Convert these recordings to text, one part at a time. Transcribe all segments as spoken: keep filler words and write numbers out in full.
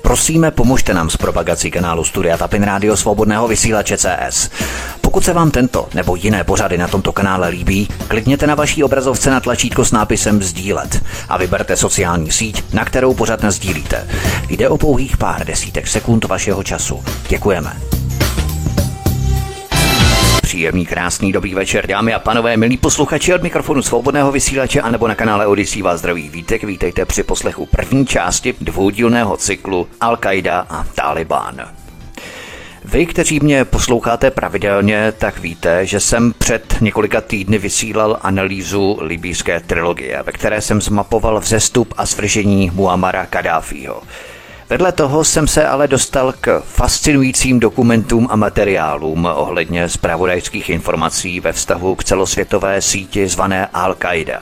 Prosíme, pomožte nám s propagací kanálu Studia Tapin Rádio Svobodného vysílače C S. Pokud se vám tento nebo jiné pořady na tomto kanále líbí, klikněte na vaší obrazovce na tlačítko s nápisem sdílet a vyberte sociální síť, na kterou pořad nasdílíte. Jde o pouhých pár desítek sekund vašeho času. Děkujeme. Příjemný, krásný, dobrý večer, dámy a panové, milí posluchači, od mikrofonu Svobodného vysílače anebo na kanále Odyssey vás zdraví Vítek. Vítejte při poslechu první části dvoudílného cyklu Al-Qaida a Taliban. Vy, kteří mě posloucháte pravidelně, tak víte, že jsem před několika týdny vysílal analýzu libýské trilogie, ve které jsem zmapoval vzestup a svržení Muammara Kaddáfího. Vedle toho jsem se ale dostal k fascinujícím dokumentům a materiálům ohledně zpravodajských informací ve vztahu k celosvětové síti zvané Al-Qaida.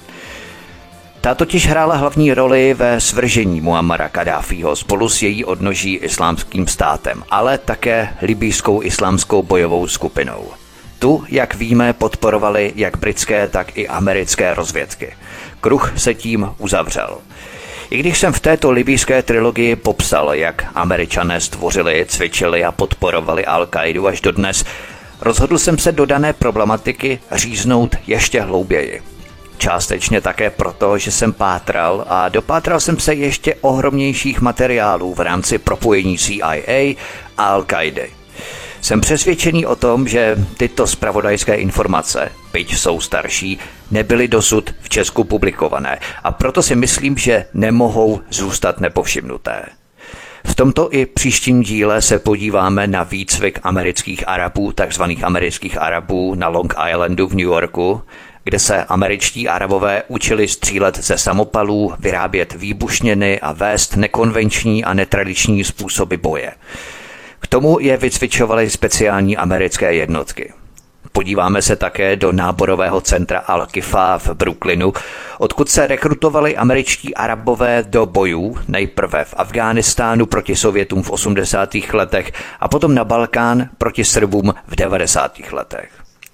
Ta totiž hrála hlavní roli ve svržení Muammara Kaddáfího spolu s její odnoží Islámským státem, ale také libýskou islámskou bojovou skupinou. Tu, jak víme, podporovali jak britské, tak i americké rozvědky. Kruh se tím uzavřel. I když jsem v této libýské trilogii popsal, jak Američané stvořili, cvičili a podporovali Al-Qaidu až dodnes, rozhodl jsem se do dané problematiky říznout ještě hlouběji. Částečně také proto, že jsem pátral a dopátral jsem se ještě ohromnějších materiálů v rámci propojení C I A a Al-Qaidy. Jsem přesvědčený o tom, že tyto zpravodajské informace, byť jsou starší, nebyly dosud v Česku publikované a proto si myslím, že nemohou zůstat nepovšimnuté. V tomto i příštím díle se podíváme na výcvik amerických Arabů, takzvaných amerických Arabů na Long Islandu v New Yorku, kde se američtí Arabové učili střílet ze samopalů, vyrábět výbušniny a vést nekonvenční a netradiční způsoby boje. K tomu je vycvičovaly speciální americké jednotky. Podíváme se také do náborového centra Al-Kifa v Brooklynu, odkud se rekrutovali američtí Arabové do bojů, nejprve v Afghánistánu proti Sovětům v osmdesátých letech a potom na Balkán proti Srbům v devadesátých letech.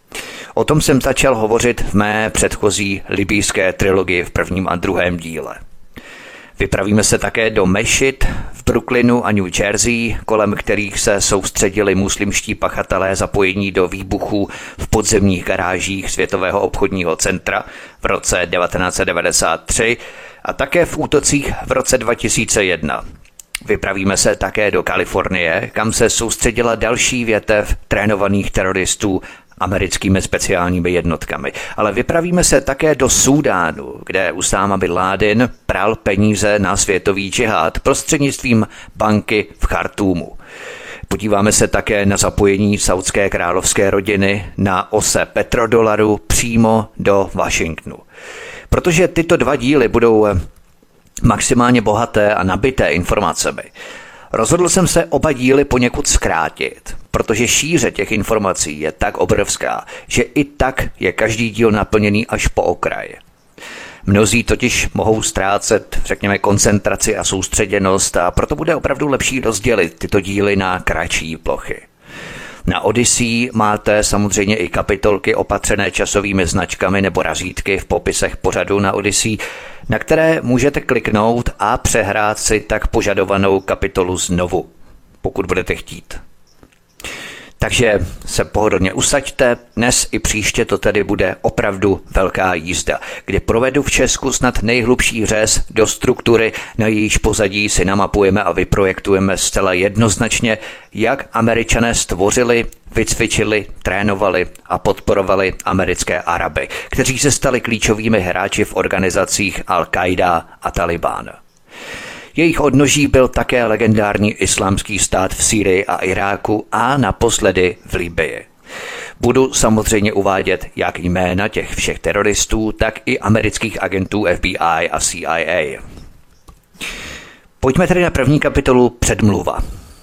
O tom jsem začal hovořit v mé předchozí libýské trilogii v prvním a druhém díle. Vypravíme se také do mešit v Brooklynu a New Jersey, kolem kterých se soustředili muslimští pachatelé zapojení do výbuchů v podzemních garážích Světového obchodního centra v roce devatenáct set devadesát tři a také v útocích v roce dva tisíce jedna. Vypravíme se také do Kalifornie, kam se soustředila další větev trénovaných teroristů americkými speciálními jednotkami. Ale vypravíme se také do Súdánu, kde Usáma bin Ládin pral peníze na světový džihad prostřednictvím banky v Chartúmu. Podíváme se také na zapojení saudské královské rodiny na ose petrodolaru přímo do Washingtonu. Protože tyto dva díly budou maximálně bohaté a nabité informacemi, rozhodl jsem se oba díly poněkud zkrátit, protože šíře těch informací je tak obrovská, že i tak je každý díl naplněný až po okraj. Mnozí totiž mohou ztrácet, řekněme, koncentraci a soustředěnost a proto bude opravdu lepší rozdělit tyto díly na kratší plochy. Na Odyssey máte samozřejmě i kapitolky opatřené časovými značkami nebo razítky v popisech pořadu na Odyssey, na které můžete kliknout a přehrát si tak požadovanou kapitolu znovu, pokud budete chtít. Takže se pohodlně usaďte, dnes i příště to tedy bude opravdu velká jízda, kdy provedu v Česku snad nejhlubší řez do struktury, na jejíž pozadí si namapujeme a vyprojektujeme zcela jednoznačně, jak Američané stvořili, vycvičili, trénovali a podporovali americké Araby, kteří se stali klíčovými hráči v organizacích Al-Qaida a Taliban. Jejich odnoží byl také legendární islámský stát v Sýrii a Iráku a naposledy v Libyi. Budu samozřejmě uvádět jak jména těch všech teroristů, tak i amerických agentů F B I a C I A. Pojďme tedy na první kapitolu Předmluva.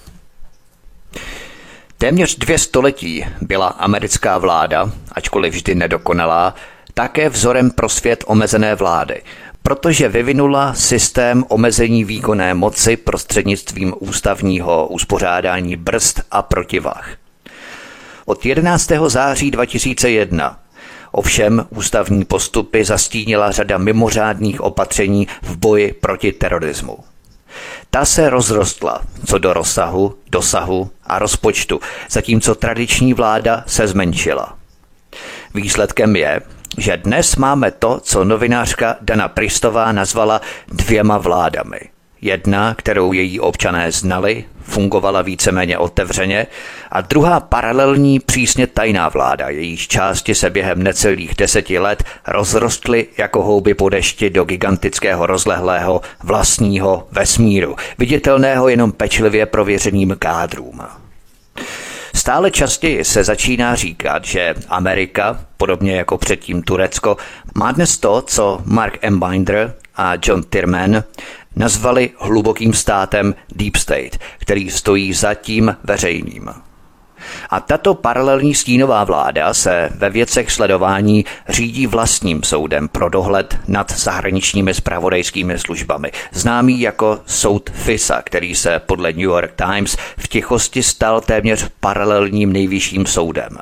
Téměř dvě století byla americká vláda, ačkoliv vždy nedokonalá, také vzorem pro svět omezené vlády, protože vyvinula systém omezení výkonné moci prostřednictvím ústavního uspořádání brzd a protivah. Od jedenáctého září dva tisíce jedna ovšem ústavní postupy zastínila řada mimořádných opatření v boji proti terorismu. Ta se rozrostla co do rozsahu, dosahu a rozpočtu, zatímco tradiční vláda se zmenšila. Výsledkem je, že dnes máme to, co novinářka Dana Pristová nazvala dvěma vládami. Jedna, kterou její občané znali, fungovala víceméně otevřeně, a druhá paralelní přísně tajná vláda, jejíž části se během necelých deseti let rozrostly jako houby po dešti do gigantického rozlehlého vlastního vesmíru, viditelného jenom pečlivě prověřeným kádrům. Stále častěji se začíná říkat, že Amerika, podobně jako předtím Turecko, má dnes to, co Mark M. Binder a John Tyrman nazvali hlubokým státem Deep State, který stojí za tím veřejným. A tato paralelní stínová vláda se ve věcech sledování řídí vlastním soudem pro dohled nad zahraničními zpravodajskými službami, známý jako soud FISA, který se podle New York Times v tichosti stal téměř paralelním nejvyšším soudem.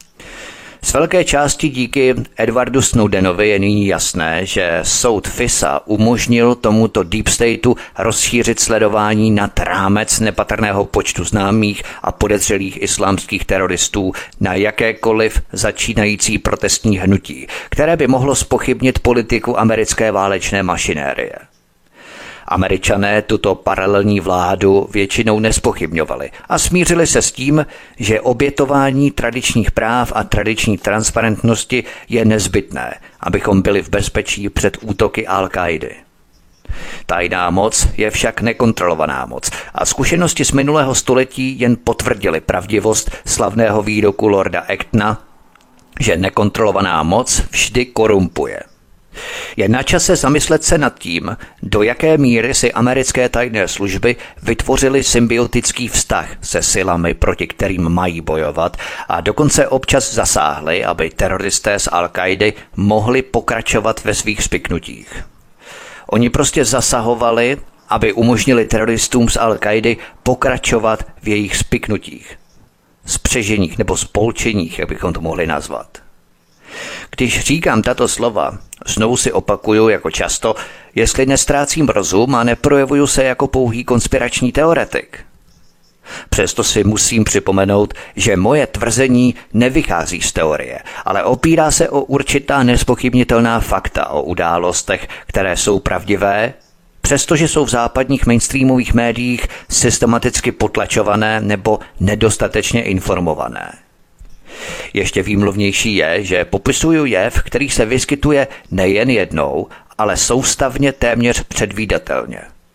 Z velké části díky Edwardu Snowdenovi je nyní jasné, že soud FISA umožnil tomuto Deep Stateu rozšířit sledování nad rámec nepatrného počtu známých a podezřelých islámských teroristů na jakékoliv začínající protestní hnutí, které by mohlo zpochybnit politiku americké válečné mašinérie. Američané tuto paralelní vládu většinou nespochybňovali a smířili se s tím, že obětování tradičních práv a tradiční transparentnosti je nezbytné, abychom byli v bezpečí před útoky Al-Kaidy. Tajná moc je však nekontrolovaná moc a zkušenosti z minulého století jen potvrdily pravdivost slavného výroku Lorda Actona, že nekontrolovaná moc vždy korumpuje. Je na čase zamyslet se nad tím, do jaké míry si americké tajné služby vytvořily symbiotický vztah se silami, proti kterým mají bojovat, a dokonce občas zasáhly, aby teroristé z Al-Kaidy mohli pokračovat ve svých spiknutích. Oni prostě zasahovali, aby umožnili teroristům z Al-Kaidy pokračovat v jejich spiknutích, spřeženích nebo spolčeních, jak bychom to mohli nazvat. Když říkám tato slova, znovu si opakuju jako často, jestli nestrácím rozum a neprojevuju se jako pouhý konspirační teoretik. Přesto si musím připomenout, že moje tvrzení nevychází z teorie, ale opírá se o určitá nezpochybnitelná fakta o událostech, které jsou pravdivé, přestože jsou v západních mainstreamových médiích systematicky potlačované nebo nedostatečně informované. Ještě výmluvnější je, že popisuju jev, který se vyskytuje nejen jednou, ale soustavně téměř předvídatelně.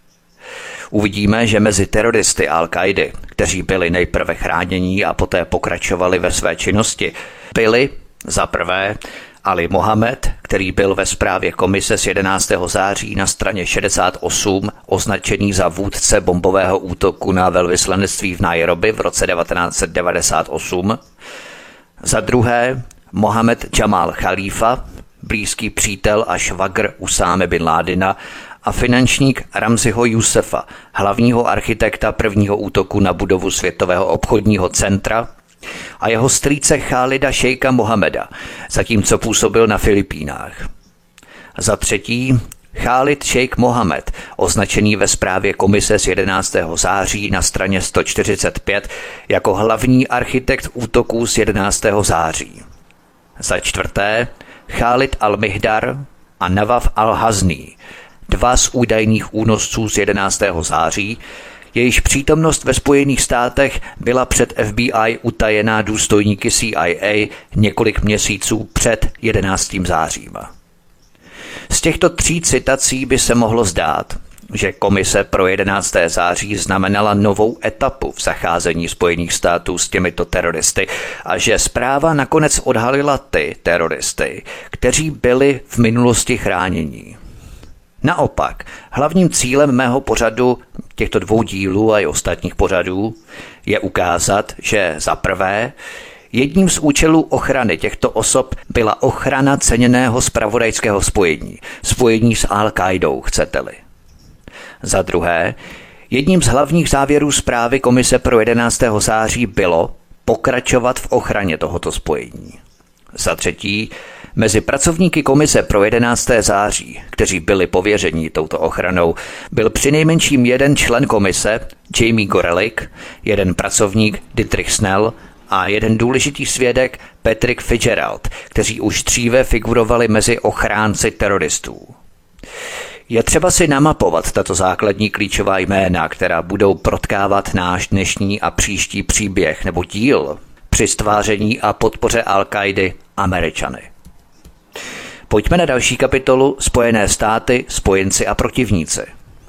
Uvidíme, že mezi teroristy Al-Kaidy, kteří byli nejprve chránění a poté pokračovali ve své činnosti, byli za prvé Ali Mohamed, který byl ve zprávě komise z jedenáctého září na straně šedesát osm označený za vůdce bombového útoku na velvyslanectví v Nairobi v roce devatenáct set devadesát osm, za druhé Mohamed Jamal Khalifa, blízký přítel a švagr Usáme bin Ládina, a finančník Ramziho Jusefa, hlavního architekta prvního útoku na budovu Světového obchodního centra, a jeho strýce Chálida šejka Mohameda, zatímco působil na Filipínách. Za třetí Chálid šejk Mohamed, označený ve zprávě komise z jedenáctého září na straně sto čtyřicet pět jako hlavní architekt útoků z jedenáctého září. Za čtvrté Chálid al-Mihdar a Nawaf al-Hazni, dva z údajných únosců z jedenáctého září, jejíž přítomnost ve Spojených státech byla před F B I utajená důstojníky C I A několik měsíců před jedenáctým zářím. Z těchto tří citací by se mohlo zdát, že komise pro jedenácté září znamenala novou etapu v zacházení Spojených států s těmito teroristy a že zpráva nakonec odhalila ty teroristy, kteří byli v minulosti chránění. Naopak, hlavním cílem mého pořadu, těchto dvou dílů a i ostatních pořadů, je ukázat, že za prvé, jedním z účelů ochrany těchto osob byla ochrana ceněného zpravodajského spojení, spojení s Al-Kaidou, chcete-li. Za druhé, jedním z hlavních závěrů zprávy komise pro jedenáctého září bylo pokračovat v ochraně tohoto spojení. Za třetí, Mezi pracovníky komise pro jedenácté září, kteří byli pověřeni touto ochranou, byl přinejmenším jeden člen komise, Jamie Gorelick, jeden pracovník, Dietrich Snell, a jeden důležitý svědek, Patrick Fitzgerald, kteří už dříve figurovali mezi ochránci teroristů. Je třeba si namapovat tato základní klíčová jména, která budou protkávat náš dnešní a příští příběh nebo díl při stváření a podpoře Al-Kaidy Američany. Pojďme na další kapitolu Spojené státy, spojenci a protivníci.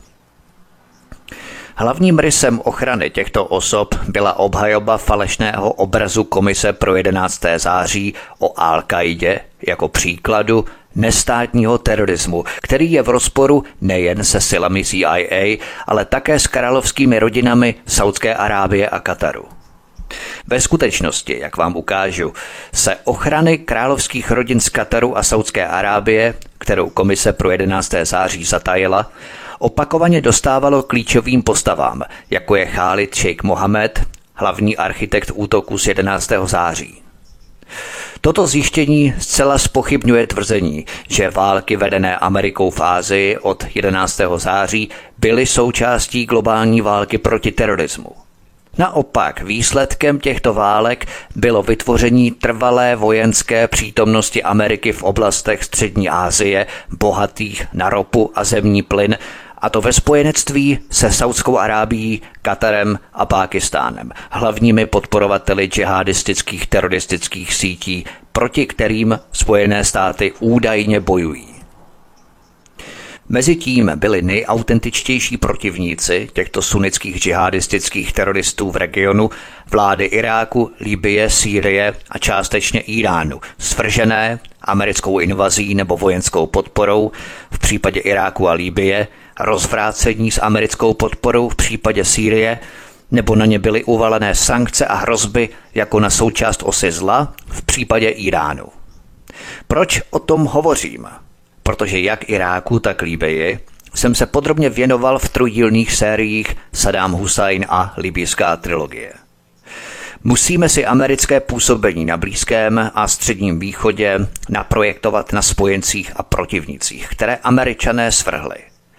Hlavním rysem ochrany těchto osob byla obhajoba falešného obrazu Komise pro jedenácté září o Al-Kaidě jako příkladu nestátního terorismu, který je v rozporu nejen se silami C I A, ale také s královskými rodinami Saudské Arábie a Kataru. Ve skutečnosti, jak vám ukážu, se ochrany královských rodin z Kataru a Saudské Arábie, kterou Komise pro jedenácté září zatajila, opakovaně dostávalo klíčovým postavám, jako je Khalid Sheikh Mohammed, hlavní architekt útoku z jedenáctého září. Toto zjištění zcela zpochybňuje tvrzení, že války vedené Amerikou v Asii od jedenáctého září byly součástí globální války proti terorismu. Naopak výsledkem těchto válek bylo vytvoření trvalé vojenské přítomnosti Ameriky v oblastech střední Asie, bohatých na ropu a zemní plyn, a to ve spojenectví se Saudskou Arábií, Katarem a Pákistánem, hlavními podporovateli džihadistických teroristických sítí, proti kterým Spojené státy údajně bojují. Mezitím byli nejautentičtější protivníci těchto sunnických džihadistických teroristů v regionu vlády Iráku, Libye, Sýrie a částečně Iránu, svržené americkou invazí nebo vojenskou podporou v případě Iráku a Libye, rozvrácení s americkou podporou v případě Sýrie, nebo na ně byly uvalené sankce a hrozby jako na součást osy zla v případě Iránu. Proč o tom hovořím? Protože jak Iráku, tak Libyi jsem se podrobně věnoval v trojdílných sériích Saddam Husajn a libyská trilogie. Musíme si americké působení na Blízkém a Středním východě naprojektovat na spojencích a protivnicích, které Američané svrhli.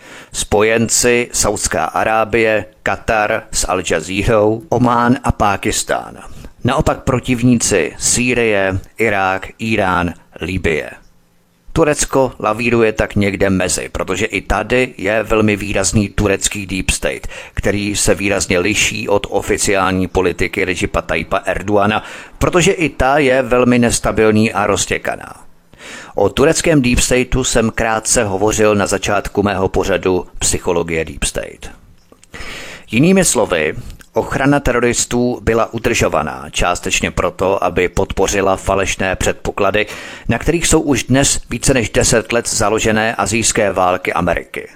Spojenci Saudská Arábie, Katar s Al Jazeerou, Omán a Pákistán. Naopak protivníci Sýrie, Irák, Irán, Libye. Turecko lavíruje tak někde mezi, protože i tady je velmi výrazný turecký deep state, který se výrazně liší od oficiální politiky Recipa Tayyipa Erdogana, protože i ta je velmi nestabilní a roztěkaná. O tureckém deep stateu jsem krátce hovořil na začátku mého pořadu Psychologie deep state. Jinými slovy, ochrana teroristů byla udržovaná částečně proto, aby podpořila falešné předpoklady, na kterých jsou už dnes více než deset let založené asijské války Ameriky.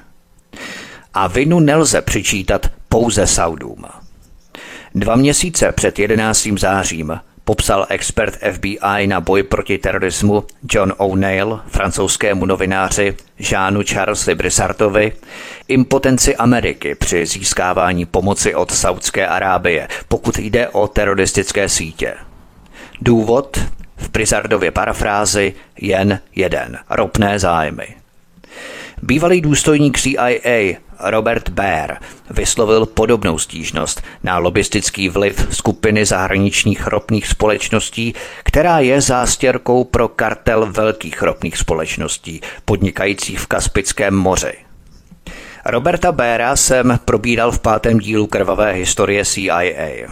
A vinu nelze přičítat pouze Saudům. Dva měsíce před jedenáctým zářím popsal expert F B I na boj proti terorismu John O'Neill francouzskému novináři Jeanu Charlesovi Brissardovi impotenci Ameriky při získávání pomoci od Saudské Arábie, pokud jde o teroristické sítě. Důvod v Brissardově parafrázi jen jeden – ropné zájmy. Bývalý důstojník C I A Robert Baer vyslovil podobnou stížnost na lobistický vliv skupiny zahraničních ropných společností, která je zástěrkou pro kartel velkých ropných společností podnikajících v Kaspickém moři. Roberta Baera jsem probíral v pátém dílu Krvavé historie C I A.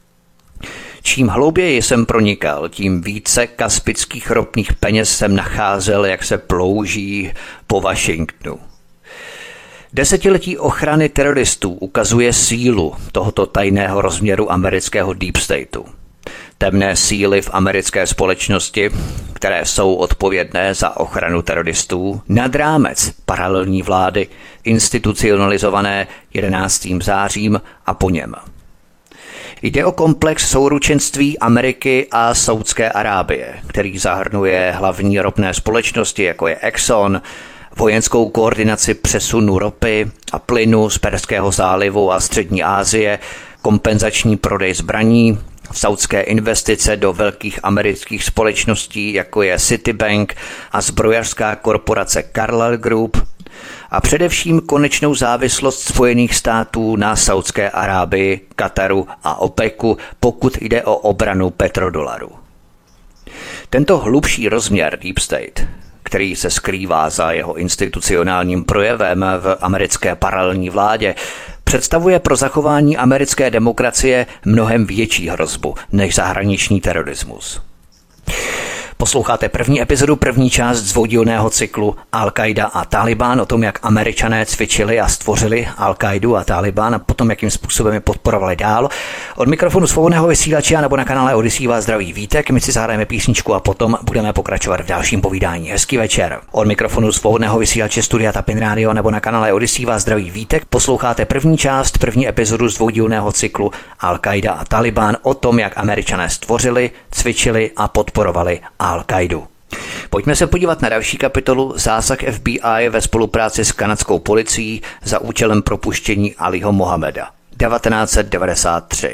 Čím hlouběji jsem pronikal, tím více kaspických ropných peněz jsem nacházel, jak se plouží po Washingtonu. Desetiletí ochrany teroristů ukazuje sílu tohoto tajného rozměru amerického deep stateu. Temné síly v americké společnosti, které jsou odpovědné za ochranu teroristů, nad rámec paralelní vlády, institucionalizované jedenáctým zářím a po něm. Jde o komplex souručenství Ameriky a Saudské Arábie, který zahrnuje hlavní ropné společnosti, jako je Exxon, vojenskou koordinaci přesunu ropy a plynu z Perského zálivu a Střední Asie, kompenzační prodej zbraní, saudské investice do velkých amerických společností, jako je Citibank a zbrojařská korporace Carlyle Group, a především konečnou závislost Spojených států na Saudské Arábii, Kataru a OPECu, pokud jde o obranu petrodolaru. Tento hlubší rozměr Deep State, který se skrývá za jeho institucionálním projevem v americké paralelní vládě, představuje pro zachování americké demokracie mnohem větší hrozbu než zahraniční terorismus. Posloucháte první epizodu, první část dvoudílného cyklu Al-Qaida a Taliban, o tom, jak Američané cvičili a stvořili Al-Qaidu a Taliban a potom, jakým způsobem je podporovali dál. Od mikrofonu svobodného vysílače a nebo na kanále Odyssey vás zdraví Vítek. My si zahrajeme písničku a potom budeme pokračovat v dalším povídání. Hezký večer. Od mikrofonu svobodného vysílače Studia Tapin Radio nebo na kanále Odyssey vás zdraví Vítek. Posloucháte první část, první epizodu z dvoudílného cyklu Al-Qaida a Taliban, o tom, jak Američané stvořili, cvičili a podporovali Al-Qaidu. Pojďme se podívat na další kapitolu Zásah F B I ve spolupráci s kanadskou policií za účelem propuštění Aliho Mohameda devatenáct set devadesát tři.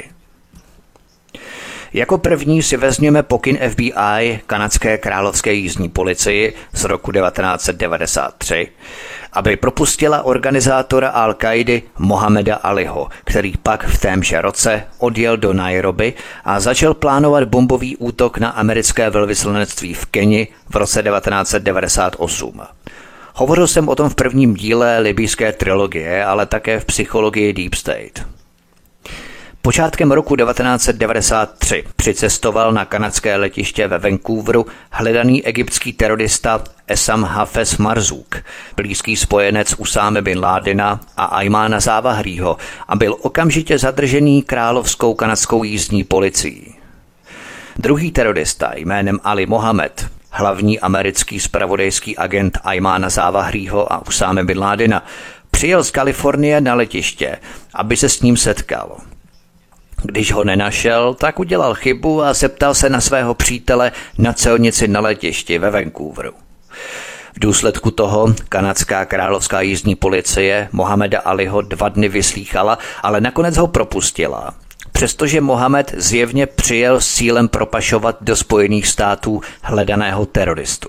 Jako první si vezměme pokyn F B I kanadské královské jízdní policii z roku devatenáct set devadesát tři, aby propustila organizátora Al-Qaidy Mohameda Aliho, který pak v témže roce odjel do Nairobi a začal plánovat bombový útok na americké velvyslanectví v Keni v roce devatenáct set devadesát osm. Hovořil jsem o tom v prvním díle libyjské trilogie, ale také v psychologii Deep State. Počátkem roku devatenáct set devadesát tři přicestoval na kanadské letiště ve Vancouveru hledaný egyptský terorista Essam Hafez Marzouk, blízký spojenec Usámy bin Ládina a Ajmána Závahrýho, a byl okamžitě zadržený královskou kanadskou jízdní policií. Druhý terorista jménem Ali Mohamed, hlavní americký zpravodajský agent Ajmána Závahrýho a Usámy bin Ládina, přijel z Kalifornie na letiště, aby se s ním setkal. Když ho nenašel, tak udělal chybu a zeptal se na svého přítele na celnici na letišti ve Vancouveru. V důsledku toho kanadská královská jízdní policie Mohameda Aliho dva dny vyslýchala, ale nakonec ho propustila, přestože Mohamed zjevně přijel s cílem propašovat do Spojených států hledaného teroristu.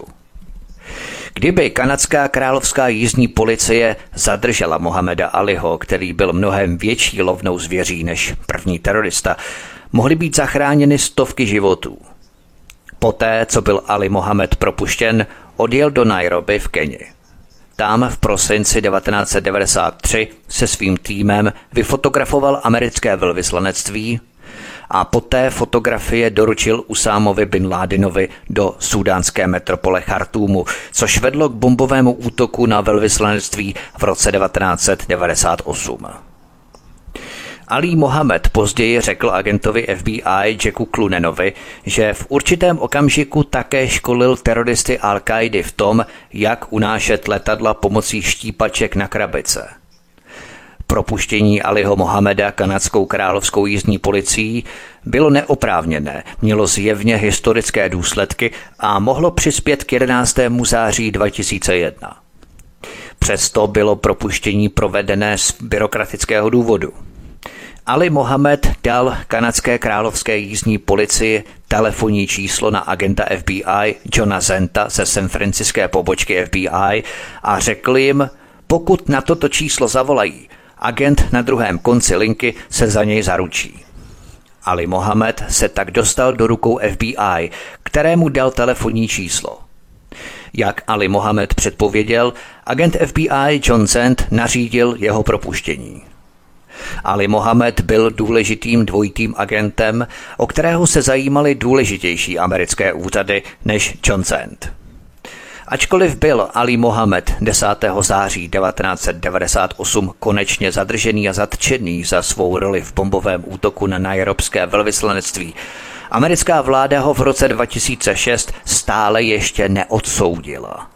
Kdyby kanadská královská jízdní policie zadržela Mohameda Aliho, který byl mnohem větší lovnou zvěří než první terorista, mohly být zachráněny stovky životů. Poté, co byl Ali Mohamed propuštěn, odjel do Nairobi v Keni. Tam v prosinci devatenáct set devadesát tři se svým týmem vyfotografoval americké velvyslanectví a poté fotografie doručil Usámovi bin Ládinovi do súdánské metropole Chartúmu, což vedlo k bombovému útoku na velvyslanectví v roce devatenáct set devadesát osm. Ali Mohamed později řekl agentovi F B I Jacku Clunenovi, že v určitém okamžiku také školil teroristy Al-Qaidy v tom, jak unášet letadla pomocí štípaček na krabice. Propuštění Aliho Mohameda kanadskou královskou jízdní policií bylo neoprávněné, mělo zjevně historické důsledky a mohlo přispět k jedenáctému září dva tisíce jedna. Přesto bylo propuštění provedené z byrokratického důvodu. Ali Mohamed dal kanadské královské jízdní policii telefonní číslo na agenta F B I Johna Zenta ze San Franciské pobočky F B I a řekl jim, pokud na toto číslo zavolají, agent na druhém konci linky se za něj zaručí. Ali Mohamed se tak dostal do rukou F B I, kterému dal telefonní číslo. Jak Ali Mohamed předpověděl, agent F B I John Zent nařídil jeho propuštění. Ali Mohamed byl důležitým dvojitým agentem, o kterého se zajímaly důležitější americké úřady než John Zent. Ačkoliv byl Ali Mohamed desátého září devatenáct set devadesát osm konečně zadržený a zatčený za svou roli v bombovém útoku na nairobské velvyslanectví, americká vláda ho v roce dva tisíce šest stále ještě neodsoudila.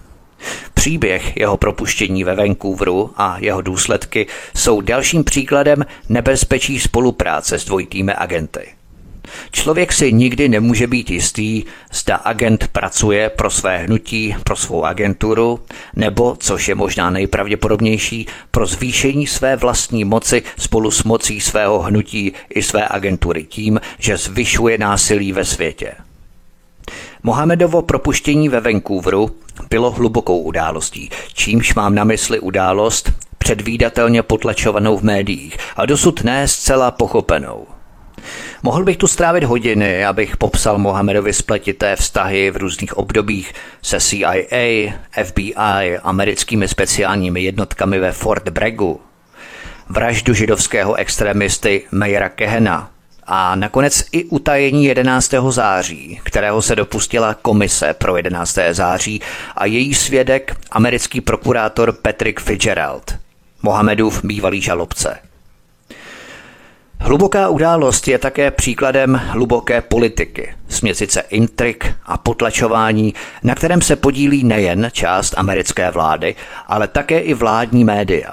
Příběh jeho propuštění ve Vancouveru a jeho důsledky jsou dalším příkladem nebezpečí spolupráce s dvojitými agenty. Člověk si nikdy nemůže být jistý, zda agent pracuje pro své hnutí, pro svou agenturu, nebo, což je možná nejpravděpodobnější, pro zvýšení své vlastní moci spolu s mocí svého hnutí i své agentury tím, že zvyšuje násilí ve světě. Mohamedovo propuštění ve Vancouveru bylo hlubokou událostí, čímž mám na mysli událost předvídatelně potlačovanou v médiích a dosud ne zcela pochopenou. Mohl bych tu strávit hodiny, abych popsal Mohamedovi spletité vztahy v různých obdobích se C I A, F B I, americkými speciálními jednotkami ve Fort Braggu, vraždu židovského extremisty Meira Kehena a nakonec i utajení jedenáctého září, kterého se dopustila komise pro jedenácté září a její svědek americký prokurátor Patrick Fitzgerald, Mohamedův bývalý žalobce. Hluboká událost je také příkladem hluboké politiky, směsice intrik a potlačování, na kterém se podílí nejen část americké vlády, ale také i vládní média.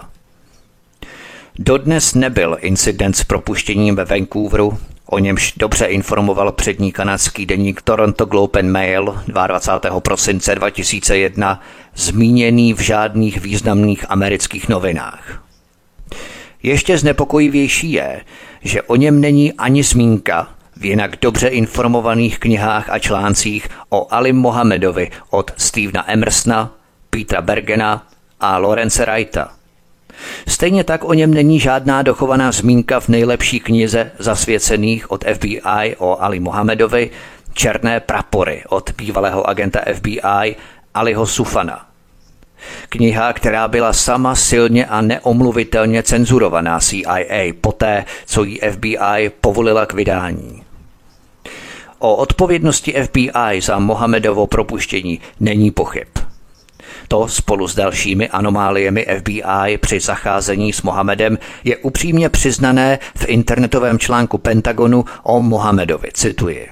Dodnes nebyl incident s propuštěním ve Vancouveru, o němž dobře informoval přední kanadský deník Toronto Globe and Mail dvacátého druhého prosince dva tisíce jedna, zmíněný v žádných významných amerických novinách. Ještě znepokojivější je, že o něm není ani zmínka v jinak dobře informovaných knihách a článcích o Alim Mohamedovi od Stevena Emersona, Petera Bergena a Lawrence Wrighta. Stejně tak o něm není žádná dochovaná zmínka v nejlepší knize zasvěcených od F B I o Ali Mohamedovi Černé prapory od bývalého agenta F B I Aliho Sufana. Kniha, která byla sama silně a neomluvitelně cenzurovaná C I A poté, co jí F B I povolila k vydání. O odpovědnosti F B I za Mohamedovo propuštění není pochyb. To spolu s dalšími anomáliemi F B I při zacházení s Mohamedem je upřímně přiznané v internetovém článku Pentagonu o Mohamedovi, cituji.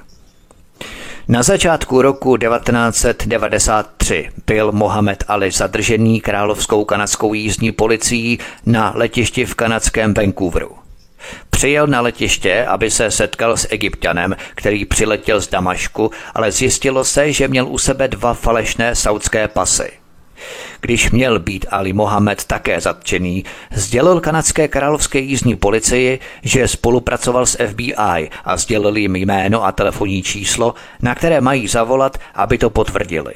Na začátku roku devatenáct set devadesát tři byl Mohamed Ali zadržený královskou kanadskou jízdní policií na letišti v kanadském Vancouveru. Přijel na letiště, aby se setkal s Egypťanem, který přiletěl z Damašku, ale zjistilo se, že měl u sebe dva falešné saudské pasy. Když měl být Ali Mohamed také zatčený, sdělil kanadské královské jízdní policii, že spolupracoval s F B I a sdělil jim jméno a telefonní číslo, na které mají zavolat, aby to potvrdili.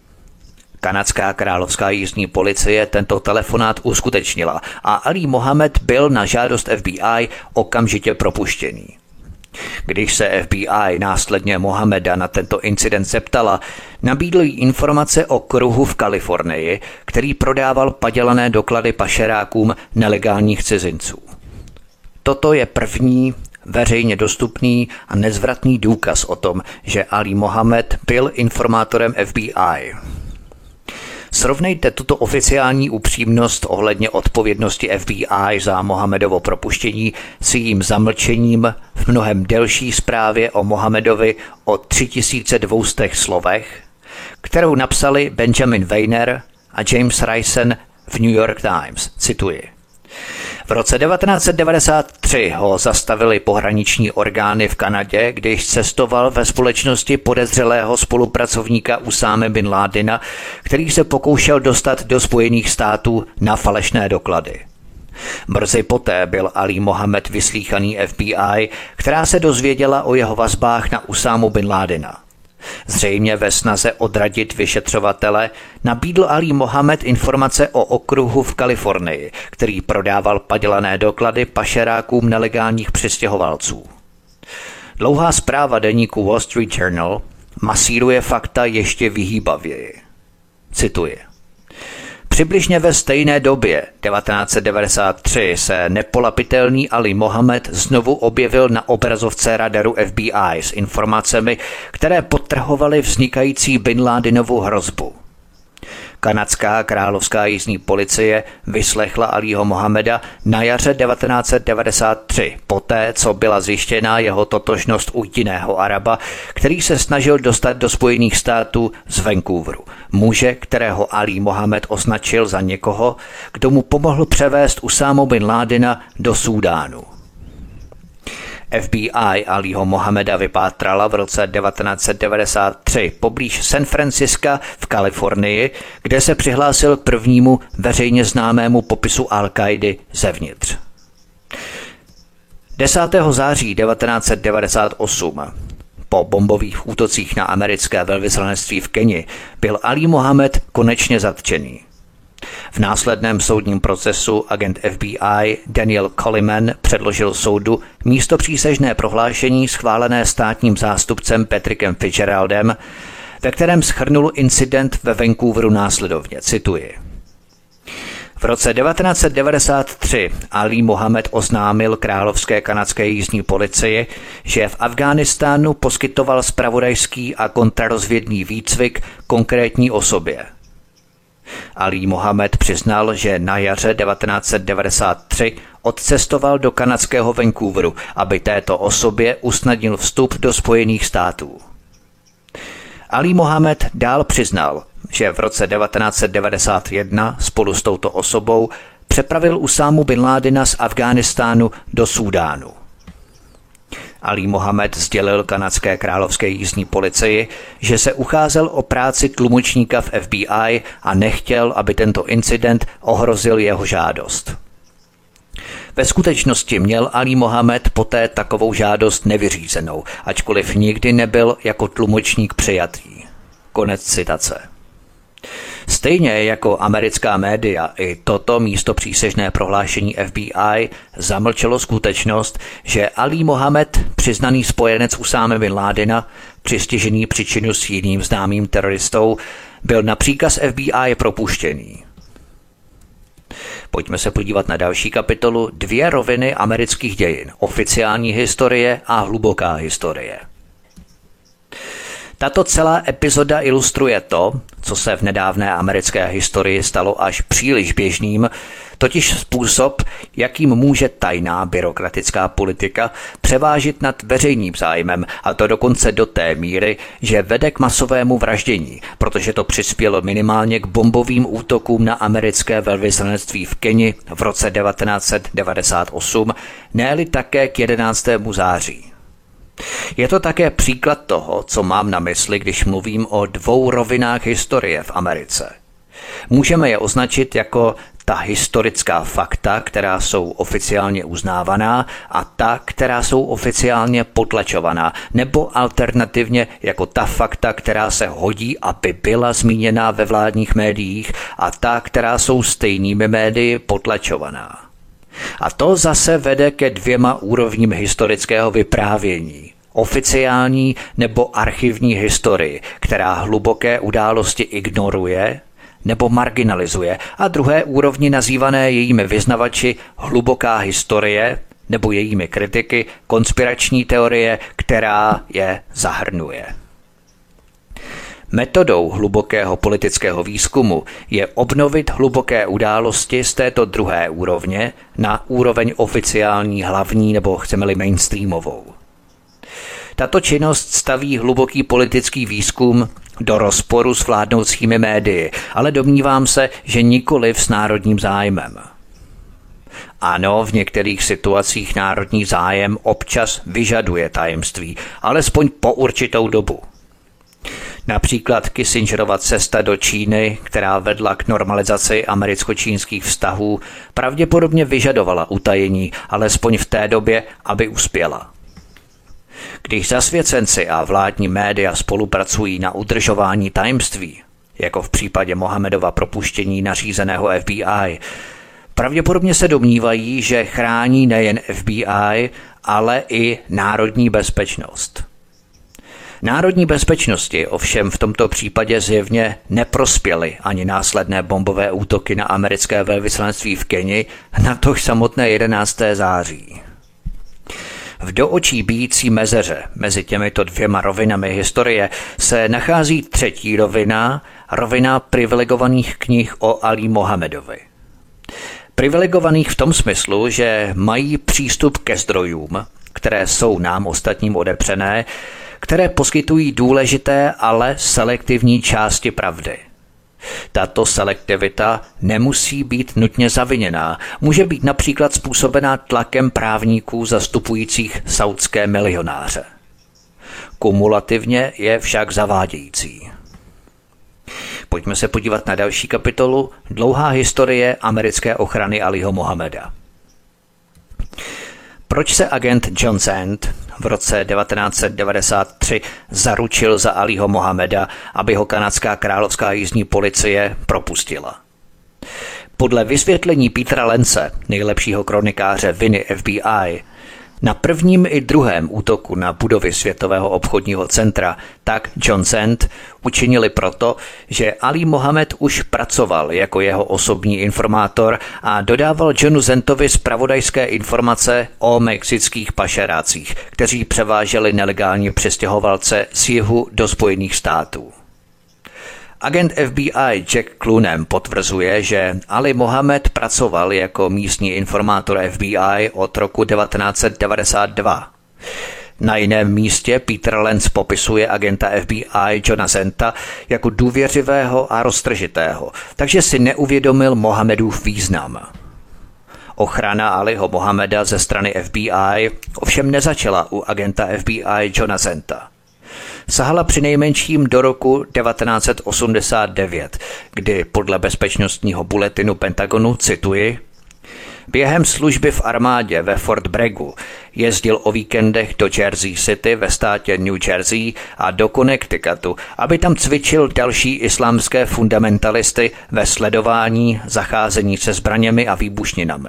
Kanadská královská jízdní policie tento telefonát uskutečnila a Ali Mohamed byl na žádost F B I okamžitě propuštěný. Když se F B I následně Mohameda na tento incident zeptala, nabídl jí informace o kruhu v Kalifornii, který prodával padělané doklady pašerákům nelegálních cizinců. Toto je první veřejně dostupný a nezvratný důkaz o tom, že Ali Mohamed byl informátorem F B I. Srovnejte tuto oficiální upřímnost ohledně odpovědnosti F B I za Mohamedovo propuštění s jejím zamlčením v mnohem delší zprávě o Mohamedovi o tři tisíce dvě stě slovech, kterou napsali Benjamin Weiner a James Risen v New York Times. Cituji. V roce devatenáct set devadesát tři ho zastavili pohraniční orgány v Kanadě, když cestoval ve společnosti podezřelého spolupracovníka Usáme bin Ládina, který se pokoušel dostat do Spojených států na falešné doklady. Brzy poté byl Ali Mohamed vyslýchaný F B I, která se dozvěděla o jeho vazbách na Usámu bin Ládina. Zřejmě ve snaze odradit vyšetřovatele nabídl Ali Mohamed informace o okruhu v Kalifornii, který prodával padělané doklady pašerákům nelegálních přistěhovalců. Dlouhá zpráva deníku Wall Street Journal masíruje fakta ještě vyhýbavěji. Cituji. Přibližně ve stejné době, devatenáct set devadesát tři, se nepolapitelný Ali Mohamed znovu objevil na obrazovce radaru F B I s informacemi, které podtrhovaly vznikající Bin Ládinovu hrozbu. Kanadská královská jízdní policie vyslechla Alího Mohameda na jaře devatenáct set devadesát tři, poté, co byla zjištěná jeho totožnost u jiného Araba, který se snažil dostat do Spojených států z Vancouveru. Muže, kterého Ali Mohamed označil za někoho, kdo mu pomohl převést Usámu bin Ládina do Súdánu. F B I Alího Mohameda vypátrala v roce devatenáct set devadesát tři poblíž San Francisca v Kalifornii, kde se přihlásil k prvnímu veřejně známému popisu Al-Kaidy zevnitř. desátého září devatenáct set devadesát osm po bombových útocích na americké velvyslanectví v Keni byl Alí Mohamed konečně zatčený. V následném soudním procesu agent F B I Daniel Coleman předložil soudu místopřísežné prohlášení schválené státním zástupcem Patrickem Fitzgeraldem, ve kterém shrnul incident ve Vancouveru následovně, cituji. V roce devatenáct set devadesát tři Alí Mohamed oznámil královské kanadské jízdní policii, že v Afghánistánu poskytoval zpravodajský a kontrarozvědný výcvik konkrétní osobě. Alí Mohamed přiznal, že na jaře devatenáct set devadesát tři odcestoval do kanadského Vancouveru, aby této osobě usnadnil vstup do Spojených států. Alí Mohamed dál přiznal, že v roce devatenáct set devadesát jedna spolu s touto osobou přepravil Usámu bin Ládina z Afghánistánu do Súdánu. Alí Mohamed sdělil kanadské královské jízdní policii, že se ucházel o práci tlumočníka v F B I a nechtěl, aby tento incident ohrozil jeho žádost. Ve skutečnosti měl Alí Mohamed poté takovou žádost nevyřízenou, ačkoliv nikdy nebyl jako tlumočník přijatý. Konec citace. Stejně jako americká média, i toto místopřísežné prohlášení F B I zamlčelo skutečnost, že Alí Mohamed, přiznaný spojenec Usámy bin Ládina, přistižený příčinu s jiným známým teroristou, byl na příkaz F B I propuštěný. Pojďme se podívat na další kapitolu Dvě roviny amerických dějin, oficiální historie a hluboká historie. Tato celá epizoda ilustruje to, co se v nedávné americké historii stalo až příliš běžným, totiž způsob, jakým může tajná byrokratická politika převážit nad veřejným zájmem, a to dokonce do té míry, že vede k masovému vraždění, protože to přispělo minimálně k bombovým útokům na americké velvyslanectví v Keni v roce devatenáct set devadesát osm, ne-li také k jedenáctému září. Je to také příklad toho, co mám na mysli, když mluvím o dvou rovinách historie v Americe. Můžeme je označit jako ta historická fakta, která jsou oficiálně uznávaná, a ta, která jsou oficiálně potlačovaná, nebo alternativně jako ta fakta, která se hodí, aby byla zmíněná ve vládních médiích, a ta, která jsou stejnými médii potlačovaná. A to zase vede ke dvěma úrovním historického vyprávění. Oficiální nebo archivní historii, která hluboké události ignoruje nebo marginalizuje, a druhé úrovni nazývané jejími vyznavači hluboká historie nebo jejími kritiky konspirační teorie, která je zahrnuje. Metodou hlubokého politického výzkumu je obnovit hluboké události z této druhé úrovně na úroveň oficiální, hlavní nebo chceme-li mainstreamovou. Tato činnost staví hluboký politický výzkum do rozporu s vládnoucími médii, ale domnívám se, že nikoliv s národním zájmem. Ano, v některých situacích národní zájem občas vyžaduje tajemství, alespoň po určitou dobu. Například Kissingerova cesta do Číny, která vedla k normalizaci americko-čínských vztahů, pravděpodobně vyžadovala utajení, alespoň v té době, aby uspěla. Když zasvěcenci a vládní média spolupracují na udržování tajemství, jako v případě Mohamedova propuštění nařízeného F B I, pravděpodobně se domnívají, že chrání nejen F B I, ale i národní bezpečnost. Národní bezpečnosti ovšem v tomto případě zjevně neprospěly ani následné bombové útoky na americké velvyslanectví v Keni, natož samotné jedenáctého září. V do očí bijící mezeře mezi těmito dvěma rovinami historie se nachází třetí rovina, rovina privilegovaných knih o Alí Mohamedovi. Privilegovaných v tom smyslu, že mají přístup ke zdrojům, které jsou nám ostatním odepřené, které poskytují důležité, ale selektivní části pravdy. Tato selektivita nemusí být nutně zaviněná. Může být například způsobená tlakem právníků zastupujících saudské milionáře. Kumulativně je však zavádějící. Pojďme se podívat na další kapitolu. Dlouhá historie americké ochrany Alího Mohameda. Proč se agent John Zant v roce devatenáct set devadesát tři zaručil za Alího Mohameda, aby ho kanadská královská jízdní policie propustila? Podle vysvětlení Petera Lence, nejlepšího kronikáře viny F B I, na prvním i druhém útoku na budovy Světového obchodního centra tak John Zant učinili proto, že Alí Mohamed už pracoval jako jeho osobní informátor a dodával Johnu Zantovi zpravodajské informace o mexických pašerácích, kteří převáželi nelegální přistěhovalce z jihu do Spojených států. Agent F B I Jack Clunem potvrzuje, že Alí Mohamed pracoval jako místní informátor F B I od roku devatenáct set devadesát dva. Na jiném místě Peter Lenz popisuje agenta F B I Johna Zanta jako důvěřivého a roztržitého, takže si neuvědomil Mohamedův význam. Ochrana Alího Mohameda ze strany F B I ovšem nezačala u agenta F B I Johna Zanta. Sahala přinejmenším do roku devatenáct set osmdesát devět, kdy podle bezpečnostního bulletinu Pentagonu, cituji, během služby v armádě ve Fort Braggu jezdil o víkendech do Jersey City ve státě New Jersey a do Connecticutu, aby tam cvičil další islámské fundamentalisty ve sledování zacházení se zbraněmi a výbušninami.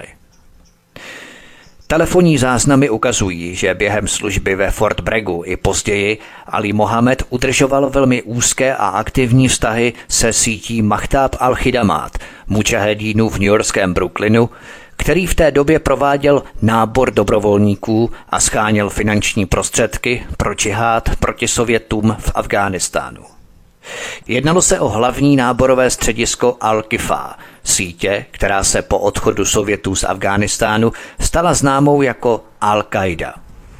Telefonní záznamy ukazují, že během služby ve Fort Braggu i později Alí Mohamed udržoval velmi úzké a aktivní vztahy se sítí Mahtáb al-Khidamát, mudžahedínů v newyorském Brooklynu, který v té době prováděl nábor dobrovolníků a scháněl finanční prostředky pro džihád proti Sovětům v Afghánistánu. Jednalo se o hlavní náborové středisko Al-Kifa, sítě, která se po odchodu Sovětů z Afghánistánu stala známou jako Al-Qaida.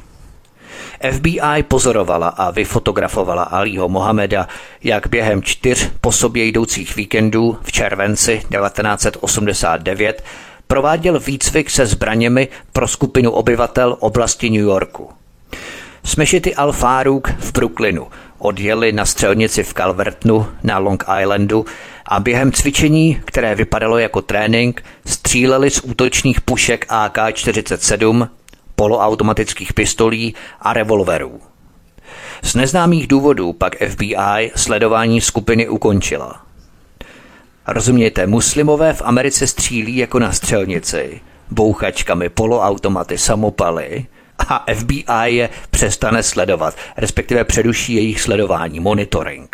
F B I pozorovala a vyfotografovala Alího Mohameda, jak během čtyř po sobě jdoucích víkendů v červenci devatenáct set osmdesát devět prováděl výcvik se zbraněmi pro skupinu obyvatel oblasti New Yorku. Z mešity Al-Farouk v Brooklynu odjeli na střelnici v Calvertnu na Long Islandu a během cvičení, které vypadalo jako trénink, stříleli z útočných pušek A K čtyřicet sedm, poloautomatických pistolí a revolverů. Z neznámých důvodů pak F B I sledování skupiny ukončila. Rozumějte, muslimové v Americe střílí jako na střelnici, bouchačkami, poloautomaty, samopaly, a F B I je přestane sledovat, respektive přeruší jejich sledování, monitoring.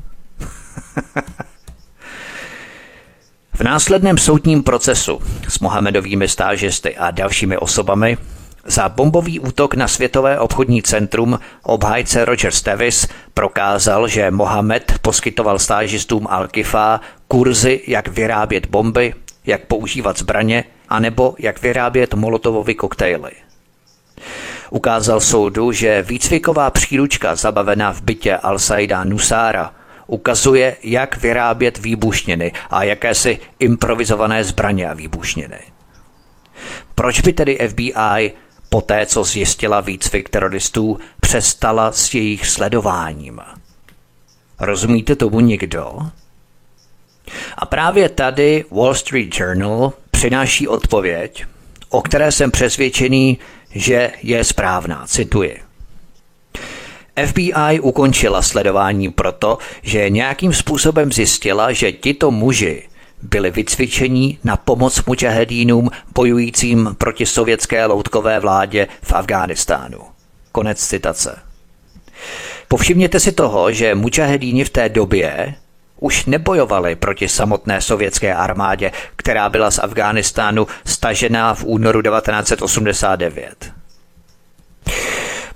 V následném soudním procesu s Mohamedovými stážisty a dalšími osobami za bombový útok na Světové obchodní centrum obhájce Roger Stavis prokázal, že Mohamed poskytoval stážistům Al-Kifa kurzy, jak vyrábět bomby, jak používat zbraně, anebo jak vyrábět molotovovy koktejly. Ukázal soudu, že výcviková příručka zabavená v bytě Al-Saida Nusára ukazuje, jak vyrábět výbušniny a jakési improvizované zbraně a výbušniny. Proč by tedy F B I poté, co zjistila výcvik teroristů, přestala s jejich sledováním? Rozumíte tomu někdo? A právě tady Wall Street Journal přináší odpověď, o které jsem přesvědčený, že je správná, cituji. F B I ukončila sledování proto, že nějakým způsobem zjistila, že tito muži byli vycvičení na pomoc mudžahedínům bojujícím proti sovětské loutkové vládě v Afghánistánu. Konec citace. Povšimněte si toho, že mudžahedíni v té době už nebojovali proti samotné sovětské armádě, která byla z Afghánistánu stažená v únoru devatenáct set osmdesát devět.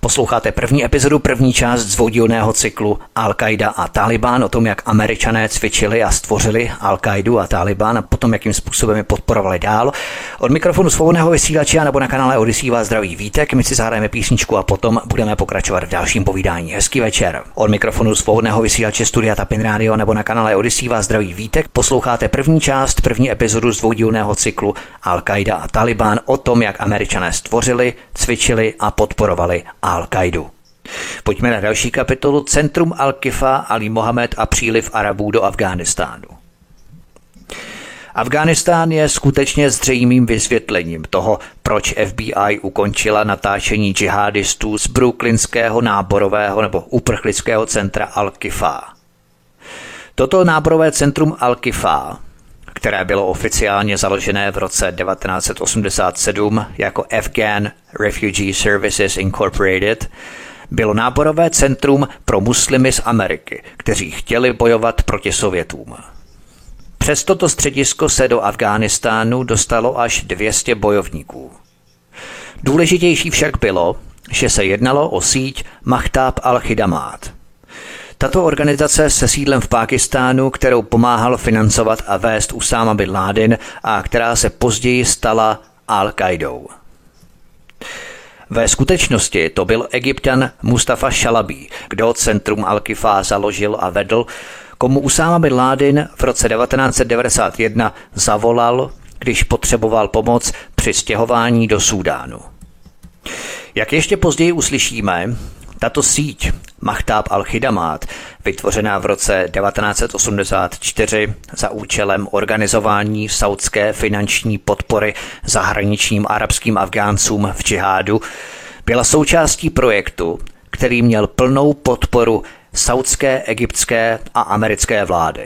Posloucháte první epizodu, první část z dvoudílného cyklu Al-Qaida a Taliban, o tom, jak Američané cvičili a stvořili Al-Qaidu a Taliban a potom, jakým způsobem je podporovali dál. Od mikrofonu svobodného vysílače nebo na kanále Odyssey vás zdraví Vítek. My si zahrajeme písničku a potom budeme pokračovat v dalším povídání. Hezký večer. Od mikrofonu svobodného vysílače Studia Tapin Radio nebo na kanále Odyssey vás zdraví Vítek. Posloucháte první část, první epizodu z dvoudílného cyklu Al-Qaida a Taliban, o tom, jak Američané stvořili, cvičili a podporovali Al-Qaidu. Pojďme na další kapitolu. Centrum Al-Qifa, Ali Mohamed a příliv Arabů do Afghánistánu. Afghánistán je skutečně zřejmým vysvětlením toho, proč F B I ukončila natáčení džihadistů z brooklynského náborového nebo uprchlického centra Al-Qifa. Toto náborové centrum Al-Qifa, které bylo oficiálně založené v roce devatenáct set osmdesát sedm jako Afghan Refugee Services Incorporated, bylo náborové centrum pro muslimy z Ameriky, kteří chtěli bojovat proti Sovětům. Přes toto středisko se do Afghánistánu dostalo až dvě stě bojovníků. Důležitější však bylo, že se jednalo o síť Mahtab al-Khidamát. Tato organizace se sídlem v Pákistánu, kterou pomáhal financovat a vést Usáma bin Laden a která se později stala Al-Qaidou. Ve skutečnosti to byl Egypťan Mustafa Shalabi, kdo centrum Al-Qifa založil a vedl, komu Usáma bin Laden v roce devatenáct set devadesát jedna zavolal, když potřeboval pomoc při stěhování do Súdánu. Jak ještě později uslyšíme, tato síť Mahtab al-Khidamát, vytvořená v roce devatenáct set osmdesát čtyři za účelem organizování saudské finanční podpory zahraničním arabským Afgáncům v džihádu, byla součástí projektu, který měl plnou podporu saudské, egyptské a americké vlády.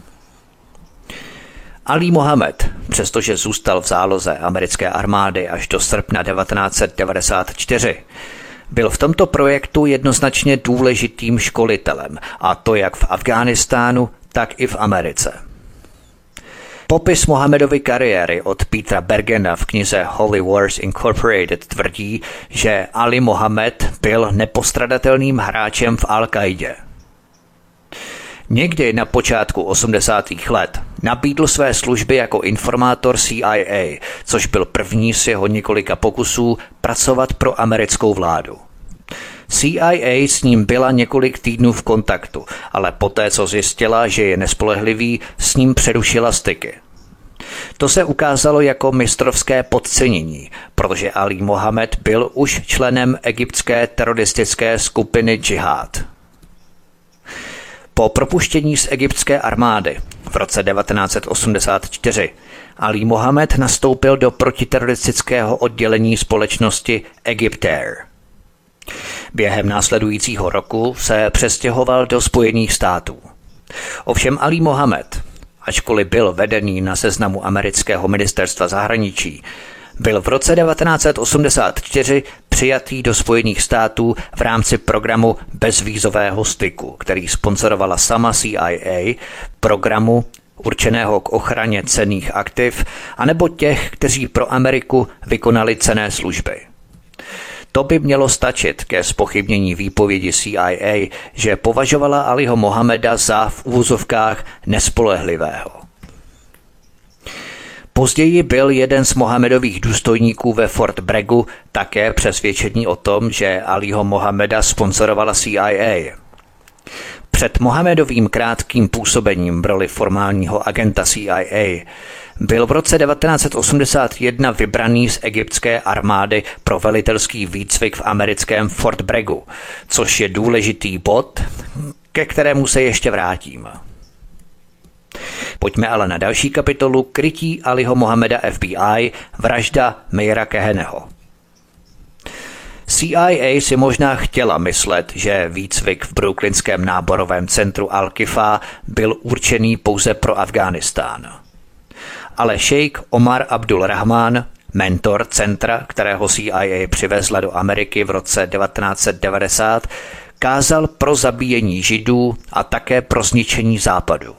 Ali Mohamed, přestože zůstal v záloze americké armády až do srpna devatenáct set devadesát čtyři, byl v tomto projektu jednoznačně důležitým školitelem, a to jak v Afghánistánu, tak i v Americe. Popis Mohamedovy kariéry od Petera Bergena v knize Holy Wars Incorporated tvrdí, že Ali Mohamed byl nepostradatelným hráčem v Al-Qaidě. Někdy na počátku osmdesátých let nabídl své služby jako informátor C I A, což byl první z jeho několika pokusů pracovat pro americkou vládu. C I A s ním byla několik týdnů v kontaktu, ale poté, co zjistila, že je nespolehlivý, s ním přerušila styky. To se ukázalo jako mistrovské podcenění, protože Ali Mohamed byl už členem egyptské teroristické skupiny Džihad. Po propuštění z egyptské armády v roce devatenáct set osmdesát čtyři Ali Mohamed nastoupil do protiteroristického oddělení společnosti Egyptair. Během následujícího roku se přestěhoval do Spojených států. Ovšem Ali Mohamed, ačkoliv byl vedený na seznamu amerického ministerstva zahraničí, byl v roce devatenáct set osmdesát čtyři přijatý do Spojených států v rámci programu bezvízového styku, který sponzorovala sama C I A, programu určeného k ochraně cenných aktiv, anebo těch, kteří pro Ameriku vykonali cenné služby. To by mělo stačit ke zpochybnění výpovědi C I A, že považovala Aliho Mohameda za v úvozovkách nespolehlivého. Později byl jeden z Mohamedových důstojníků ve Fort Braggu také přesvědčený o tom, že Aliho Mohameda sponzorovala C I A. Před Mohamedovým krátkým působením v roli formálního agenta C I A byl v roce devatenáct set osmdesát jedna vybraný z egyptské armády pro velitelský výcvik v americkém Fort Braggu, což je důležitý bod, ke kterému se ještě vrátím. Pojďme ale na další kapitolu krytí Aliho Mohameda F B I, vražda Meira Keheneho. C I A si možná chtěla myslet, že výcvik v brooklynském náborovém centru Al-Qifa byl určený pouze pro Afghánistán. Ale šejk Omar Abdul Rahman, mentor centra, kterého C I A přivezla do Ameriky v roce devatenáct set devadesát, kázal pro zabíjení Židů a také pro zničení Západu.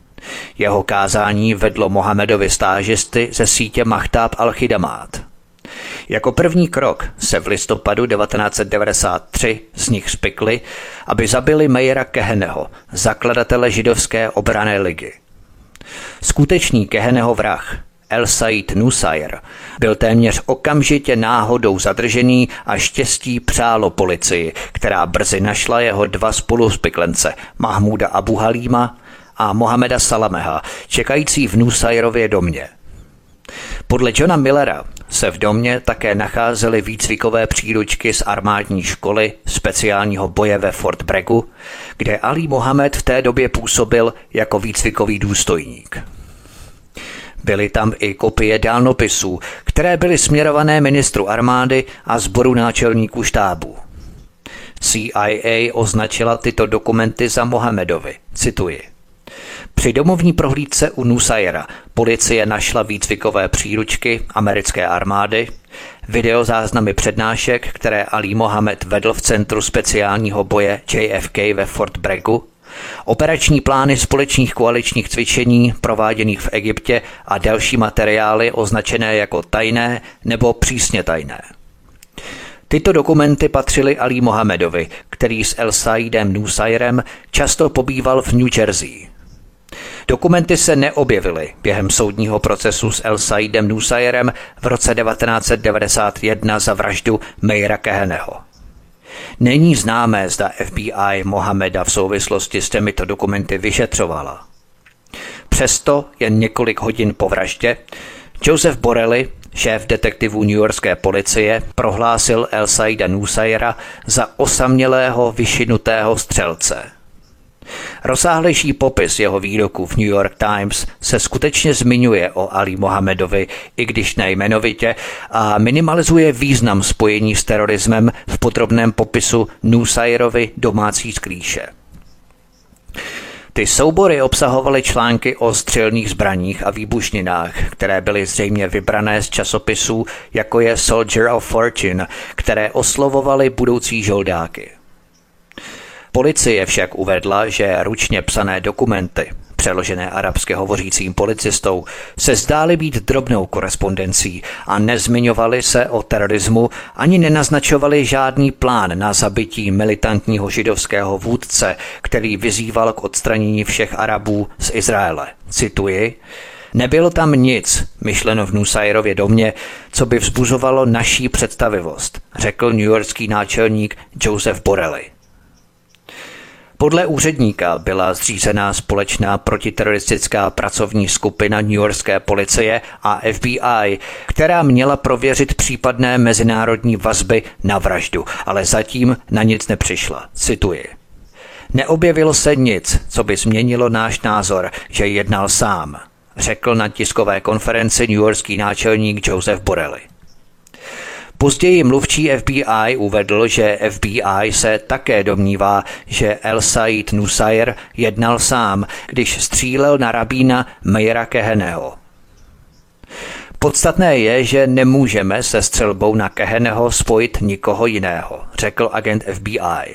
Jeho kázání vedlo Mohamedovi stážisty ze sítě Mahtab al-Khidamát. Jako první krok se v listopadu devatenáct set devadesát tři z nich spikli, aby zabili Meira Keheneho, zakladatele židovské obranné ligy. Skutečný Keheneho vrah, El Said Nusayr, byl téměř okamžitě náhodou zadržený a štěstí přálo policii, která brzy našla jeho dva spoluspiklence, Mahmúda Abu Halíma a Mohameda Salameha, čekající v Nusayrově domě. Podle Johna Millera se v domě také nacházely výcvikové příručky z armádní školy speciálního boje ve Fort Braggu, kde Ali Mohamed v té době působil jako výcvikový důstojník. Byly tam i kopie dálnopisů, které byly směrované ministru armády a sboru náčelníků štábu. C I A označila tyto dokumenty za Mohamedovi, cituji. Při domovní prohlídce u Nusayra policie našla výcvikové příručky americké armády, videozáznamy přednášek, které Ali Mohamed vedl v centru speciálního boje J F K ve Fort Braggu, operační plány společných koaličních cvičení prováděných v Egyptě a další materiály označené jako tajné nebo přísně tajné. Tyto dokumenty patřily Ali Mohamedovi, který s El Saidem Nusayrem často pobýval v New Jersey. Dokumenty se neobjevily během soudního procesu s El Saidem Nusayrem v roce devatenáct set devadesát jedna za vraždu Meira Keheneho. Není známé, zda F B I Mohameda v souvislosti s těmito dokumenty vyšetřovala. Přesto jen několik hodin po vraždě Joseph Borelli, šéf detektivů newyorské policie, prohlásil El Saida Nusayra za osamělého vyšinutého střelce. Rozsáhlejší popis jeho výroků v New York Times se skutečně zmiňuje o Ali Mohamedovi, i když nejmenovitě, a minimalizuje význam spojení s terorismem v podrobném popisu Nusayrovy domácí sklíše. Ty soubory obsahovaly články o střelných zbraních a výbušninách, které byly zřejmě vybrané z časopisů, jako je Soldier of Fortune, které oslovovaly budoucí žoldáky. Policie však uvedla, že ručně psané dokumenty, přeložené arabsky hovořícím policistou, se zdály být drobnou korespondencí a nezmiňovaly se o terorismu ani nenaznačovaly žádný plán na zabití militantního židovského vůdce, který vyzýval k odstranění všech Arabů z Izraele. Cituji: Nebylo tam nic, myšleno v Nusayrově domě, co by vzbuzovalo naší představivost, řekl newyorský náčelník Joseph Borelli. Podle úředníka byla zřízená společná protiteroristická pracovní skupina newyorské policie a F B I, která měla prověřit případné mezinárodní vazby na vraždu, ale zatím na nic nepřišla. Cituji. Neobjevilo se nic, co by změnilo náš názor, že jednal sám, řekl na tiskové konferenci newyorský náčelník Joseph Borelli. Později mluvčí F B I uvedl, že F B I se také domnívá, že El Said Nusayr jednal sám, když střílel na rabína Meira Keheneho. Podstatné je, že nemůžeme se střelbou na Keheneho spojit nikoho jiného, řekl agent F B I.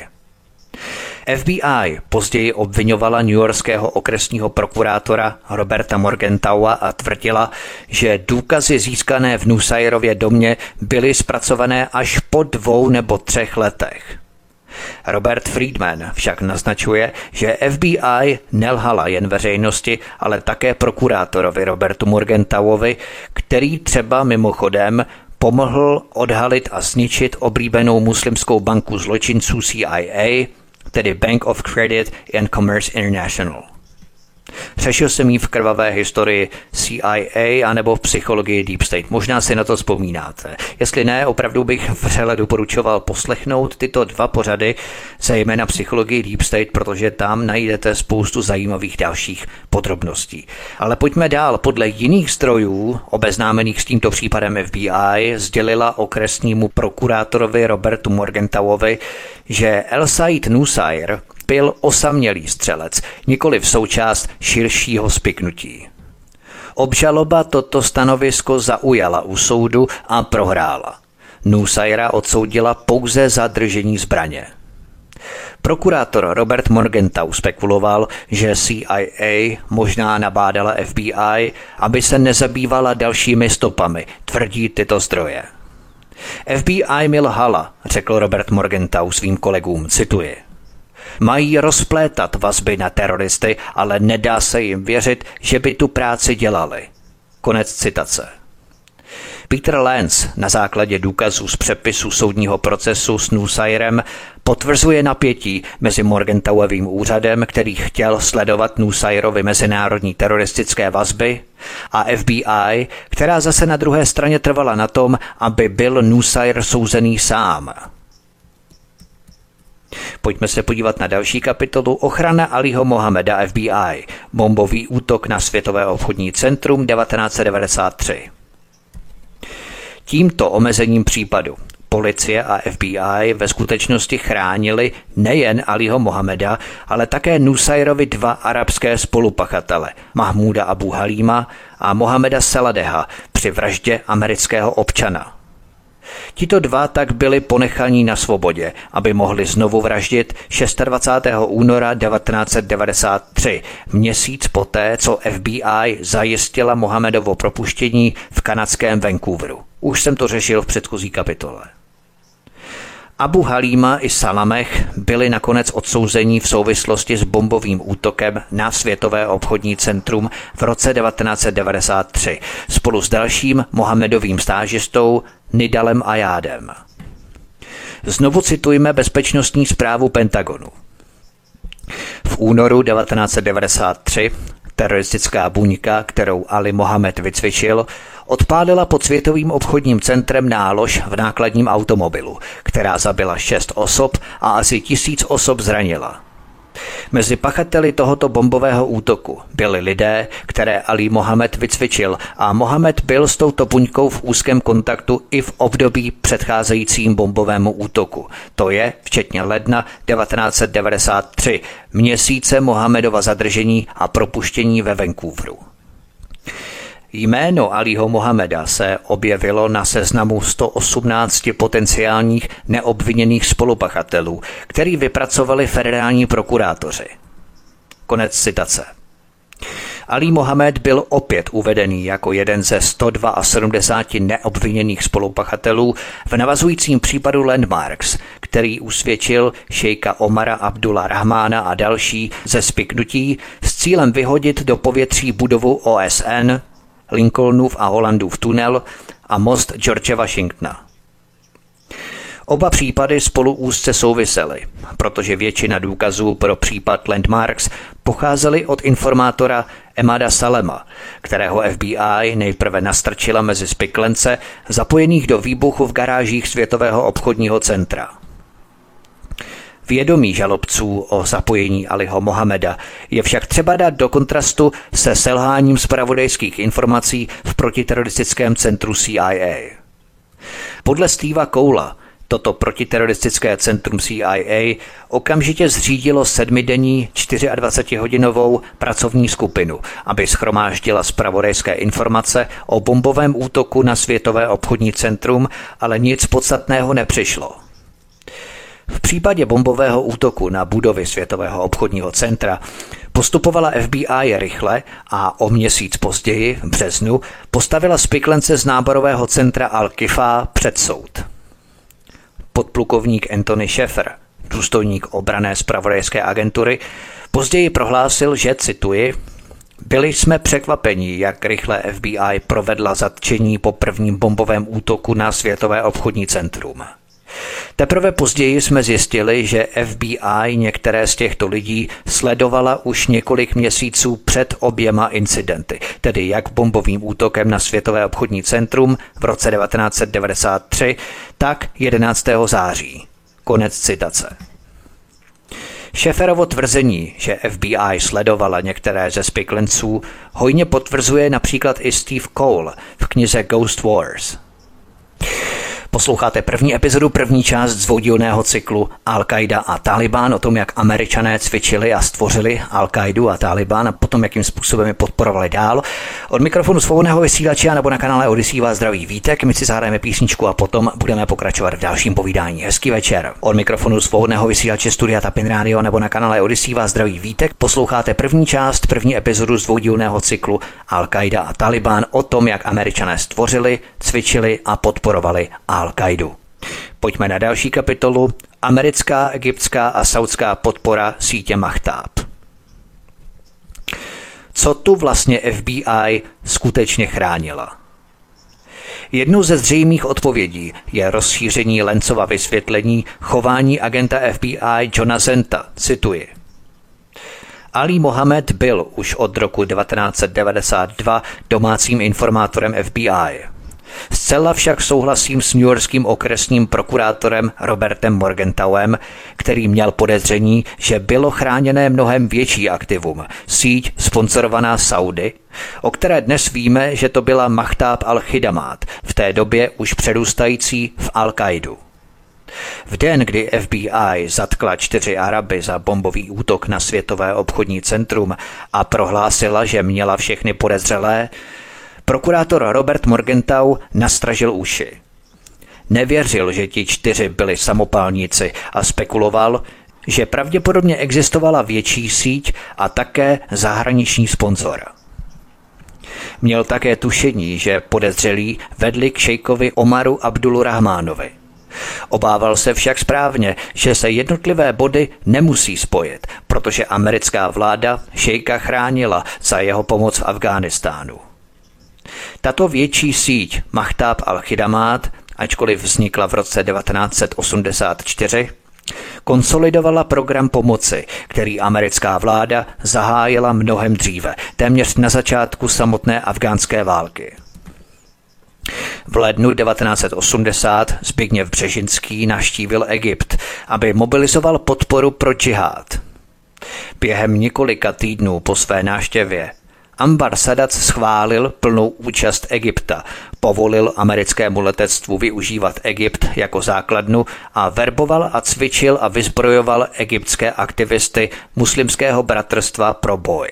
F B I později obvinovala newyorského okresního prokurátora Roberta Morgentaua a tvrdila, že důkazy získané v Nusayrově domě byly zpracované až po dvou nebo třech letech. Robert Friedman však naznačuje, že F B I nelhala jen veřejnosti, ale také prokurátorovi Robertu Morgentauovi, který třeba mimochodem pomohl odhalit a zničit oblíbenou muslimskou banku zločinců C I A, tedy Bank of Credit and Commerce International. Řešil jsem ji v krvavé historii C I A anebo v psychologii Deep State. Možná si na to vzpomínáte. Jestli ne, opravdu bych vřele doporučoval poslechnout tyto dva pořady, zejména psychologii Deep State, protože tam najdete spoustu zajímavých dalších podrobností. Ale pojďme dál. Podle jiných zdrojů, obeznámených s tímto případem F B I, sdělila okresnímu prokurátorovi Robertu Morgentauovi, že El Said Nusayr byl osamělý střelec, nikoli v součást širšího spiknutí. Obžaloba toto stanovisko zaujala u soudu a prohrála. Nusayra odsoudila pouze za držení zbraně. Prokurátor Robert Morgentau spekuloval, že C I A možná nabádala F B I, aby se nezabývala dalšími stopami, tvrdí tyto zdroje. F B I mi lhala, řekl Robert Morgenthau svým kolegům, cituji. Mají rozplétat vazby na teroristy, ale nedá se jim věřit, že by tu práci dělali. Konec citace. Peter Lenz na základě důkazů z přepisu soudního procesu s Nussayerem potvrzuje napětí mezi Morgenthauovým úřadem, který chtěl sledovat Nussayerovi mezinárodní teroristické vazby, a F B I, která zase na druhé straně trvala na tom, aby byl Nussayer souzený sám. Pojďme se podívat na další kapitolu Ochrana Alího Mohameda F B I. Bombový útok na Světové obchodní centrum devatenáct set devadesát tři. Tímto omezením případu policie a F B I ve skutečnosti chránili nejen Alího Mohameda, ale také Nussayerovi dva arabské spolupachatele, Mahmúda Abu Halíma a Mohameda Saladeha při vraždě amerického občana. Tito dva tak byli ponechaní na svobodě, aby mohli znovu vraždit dvacátého šestého února devatenáct set devadesát tři, měsíc poté, co F B I zajistila Mohamedovo propuštění v kanadském Vancouveru. Už jsem to řešil v předchozí kapitole. Abu Halíma i Salameh byli nakonec odsouzeni v souvislosti s bombovým útokem na Světové obchodní centrum v roce devatenáct set devadesát tři spolu s dalším Mohamedovým stážistou Nidalem Ayádem. Znovu citujme bezpečnostní zprávu Pentagonu. V únoru devatenáct set devadesát tři teroristická buňka, kterou Ali Mohamed vycvičil, odpálila pod Světovým obchodním centrem nálož v nákladním automobilu, která zabila šest osob a asi tisíc osob zranila. Mezi pachateli tohoto bombového útoku byli lidé, které Ali Mohamed vycvičil, a Mohamed byl s touto buňkou v úzkém kontaktu i v období předcházejícím bombovému útoku. To je, včetně ledna devatenáct set devadesát tři, měsíce Mohamedova zadržení a propuštění ve Vancouveru. Jméno Alího Mohameda se objevilo na seznamu sto osmnácti potenciálních neobviněných spolupachatelů, který vypracovali federální prokurátoři. Konec citace. Alí Mohamed byl opět uvedený jako jeden ze sto sedmdesáti dvou neobviněných spolupachatelů v navazujícím případu Landmarks, který usvědčil šejka Omara Abdullah Rahmána a další ze spiknutí s cílem vyhodit do povětří budovu O S N, Lincolnův a Hollandův tunel a most George Washingtona. Oba případy spolu úzce souvisely, protože většina důkazů pro případ Landmarks pocházely od informátora Emada Salema, kterého F B I nejprve nastrčila mezi spiklence zapojených do výbuchu v garážích Světového obchodního centra. Vědomí žalobců o zapojení Alího Mohameda je však třeba dát do kontrastu se selháním zpravodajských informací v protiteroristickém centru C I A. Podle Steva Cola toto protiteroristické centrum C I A okamžitě zřídilo sedmidenní dvacetihodinovou pracovní skupinu, aby shromáždila zpravodajské informace o bombovém útoku na Světové obchodní centrum, ale nic podstatného nepřišlo. V případě bombového útoku na budovy Světového obchodního centra postupovala F B I rychle a o měsíc později, v březnu, postavila spiklence z náborového centra Al-Kifa před soud. Podplukovník Anthony Sheffer, důstojník obranné zpravodajské agentury, později prohlásil, že, cituji, byli jsme překvapeni, jak rychle F B I provedla zatčení po prvním bombovém útoku na Světové obchodní centrum. Teprve později jsme zjistili, že F B I některé z těchto lidí sledovala už několik měsíců před oběma incidenty, tedy jak bombovým útokem na Světové obchodní centrum v roce devatenáct set devadesát tři, tak jedenáctého září. Konec citace. Shefferovo tvrzení, že F B I sledovala některé ze spiklenců, hojně potvrzuje například i Steve Cole v knize Ghost Wars. Posloucháte první epizodu, první část z dvoudílného cyklu Al-Qaida a Taliban, o tom, jak Američané cvičili a stvořili Al-Qaidu a Taliban a potom, jakým způsobem je podporovali dál. Od mikrofonu svobodného vysílače nebo na kanále Odyssey vás zdraví Vítek, my si zahrajeme písničku a potom budeme pokračovat v dalším povídání. Hezký večer. Od mikrofonu svobodného vysílače Studia Tapin Radio nebo na kanále Odyssey vás zdraví Vítek. Posloucháte první část, první epizodu z dvoudílného cyklu Al-Qaida a Taliban, o tom, jak Američané stvořili, cvičili a podporovali Al Al-Kaidu. Pojďme na další kapitolu. Americká, egyptská a saudská podpora sítě Mahtáb. Co tu vlastně F B I skutečně chránila? Jednou ze zřejmých odpovědí je rozšíření Lencova vysvětlení chování agenta F B I Johna Zenta. Cituji. Ali Mohammed byl už od roku devatenáct set devadesát dva domácím informátorem F B I. Zcela však souhlasím s newyorským okresním prokurátorem Robertem Morgentauem, který měl podezření, že bylo chráněné mnohem větší aktivum, síť sponzorovaná Saudy, o které dnes víme, že to byla Mahtáb al-Khidamát, v té době už přerůstající v Al-Kaidu. V den, kdy F B I zatkla čtyři Araby za bombový útok na Světové obchodní centrum a prohlásila, že měla všechny podezřelé, prokurátor Robert Morgentau nastražil uši. Nevěřil, že ti čtyři byli samopálníci a spekuloval, že pravděpodobně existovala větší síť a také zahraniční sponzor. Měl také tušení, že podezřelí vedli k šejkovi Omaru Abdulu Rahmánovi. Obával se však správně, že se jednotlivé body nemusí spojit, protože americká vláda šejka chránila za jeho pomoc v Afghánistánu. Tato větší síť Mahtáb al-Khidamát, ačkoliv vznikla v roce devatenáct set osmdesát čtyři, konsolidovala program pomoci, který americká vláda zahájila mnohem dříve, téměř na začátku samotné afghánské války. V lednu devatenáct set osmdesát Zbigněv Břežinský navštívil Egypt, aby mobilizoval podporu pro džihád. Během několika týdnů po své návštěvě Anbar Sadat schválil plnou účast Egypta, povolil americkému letectvu využívat Egypt jako základnu a verboval a cvičil a vyzbrojoval egyptské aktivisty muslimského bratrstva pro boj.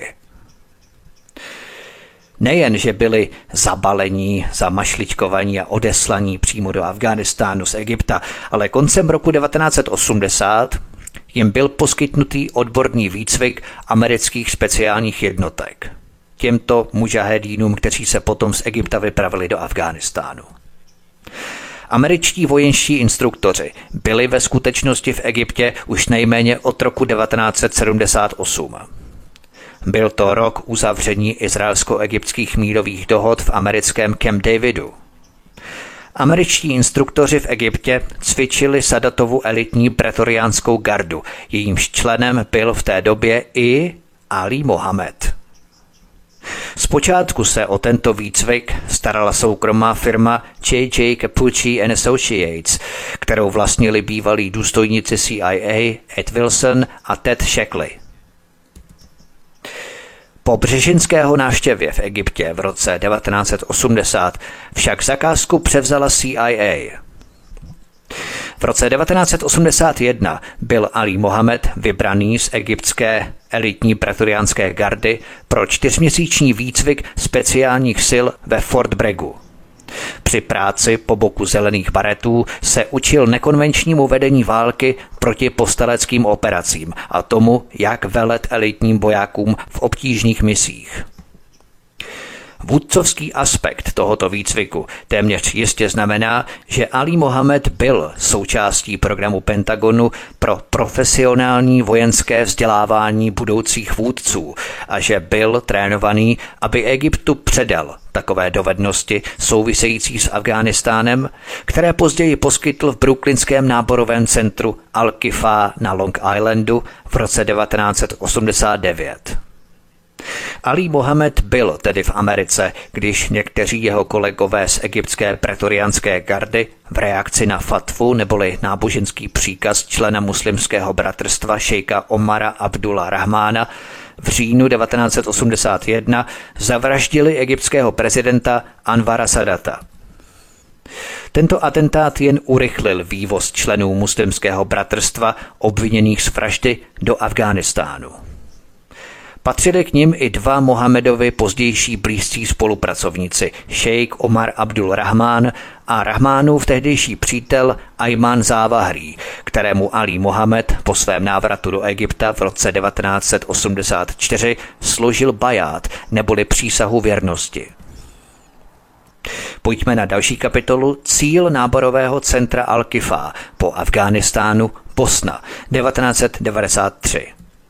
Nejen, že byli zabalení, zamašličkovaní a odeslaní přímo do Afghánistánu z Egypta, ale koncem roku devatenáct set osmdesát jim byl poskytnutý odborný výcvik amerických speciálních jednotek. Těmto mudžahedínům, kteří se potom z Egypta vypravili do Afghánistánu. Američtí vojenští instruktoři byli ve skutečnosti v Egyptě už nejméně od roku devatenáct set sedmdesát osm. Byl to rok uzavření izraelsko-egyptských mírových dohod v americkém Camp Davidu. Američtí instruktoři v Egyptě cvičili Sadatovu elitní pretoriánskou gardu, jejímž členem byl v té době i Ali Mohammed. Zpočátku se o tento výcvik starala soukromá firma J J Capucci and Associates, kterou vlastnili bývalí důstojníci C I A Ed Wilson a Ted Shackley. Po břežinského návštěvě v Egyptě v roce devatenáct set osmdesát však zakázku převzala C I A. V roce devatenáct set osmdesát jedna byl Ali Mohammed vybraný z egyptské elitní pretoriánské gardy pro čtyřměsíční výcvik speciálních sil ve Fort Braggu. Při práci po boku zelených baretů se učil nekonvenčnímu vedení války proti povstaleckým operacím a tomu, jak velet elitním vojákům v obtížných misích. Vůdcovský aspekt tohoto výcviku téměř jistě znamená, že Ali Mohammed byl součástí programu Pentagonu pro profesionální vojenské vzdělávání budoucích vůdců a že byl trénovaný, aby Egyptu předal takové dovednosti související s Afghánistánem, které později poskytl v brooklynském náborovém centru Al-Kifa na Long Islandu v roce devatenáct set osmdesát devět. Ali Mohammed byl tedy v Americe, když někteří jeho kolegové z egyptské pretoriánské gardy v reakci na fatvu neboli náboženský příkaz člena muslimského bratrstva šejka Omara Abdula Rahmána v říjnu devatenáct set osmdesát jedna zavraždili egyptského prezidenta Anvara Sadata. Tento atentát jen urychlil vývoz členů muslimského bratrstva obviněných z vraždy do Afghánistánu. Patřili k nim i dva Mohamedovi pozdější blízcí spolupracovníci, šejk Omar Abdul Rahmán a Rahmánův tehdejší přítel Ayman Závahrý, kterému Ali Mohammed po svém návratu do Egypta v roce devatenáct set osmdesát čtyři složil baját neboli přísahu věrnosti. Pojďme na další kapitolu. Cíl náborového centra Al-Kifá po Afghánistánu, Bosna, devatenáct set devadesát tři.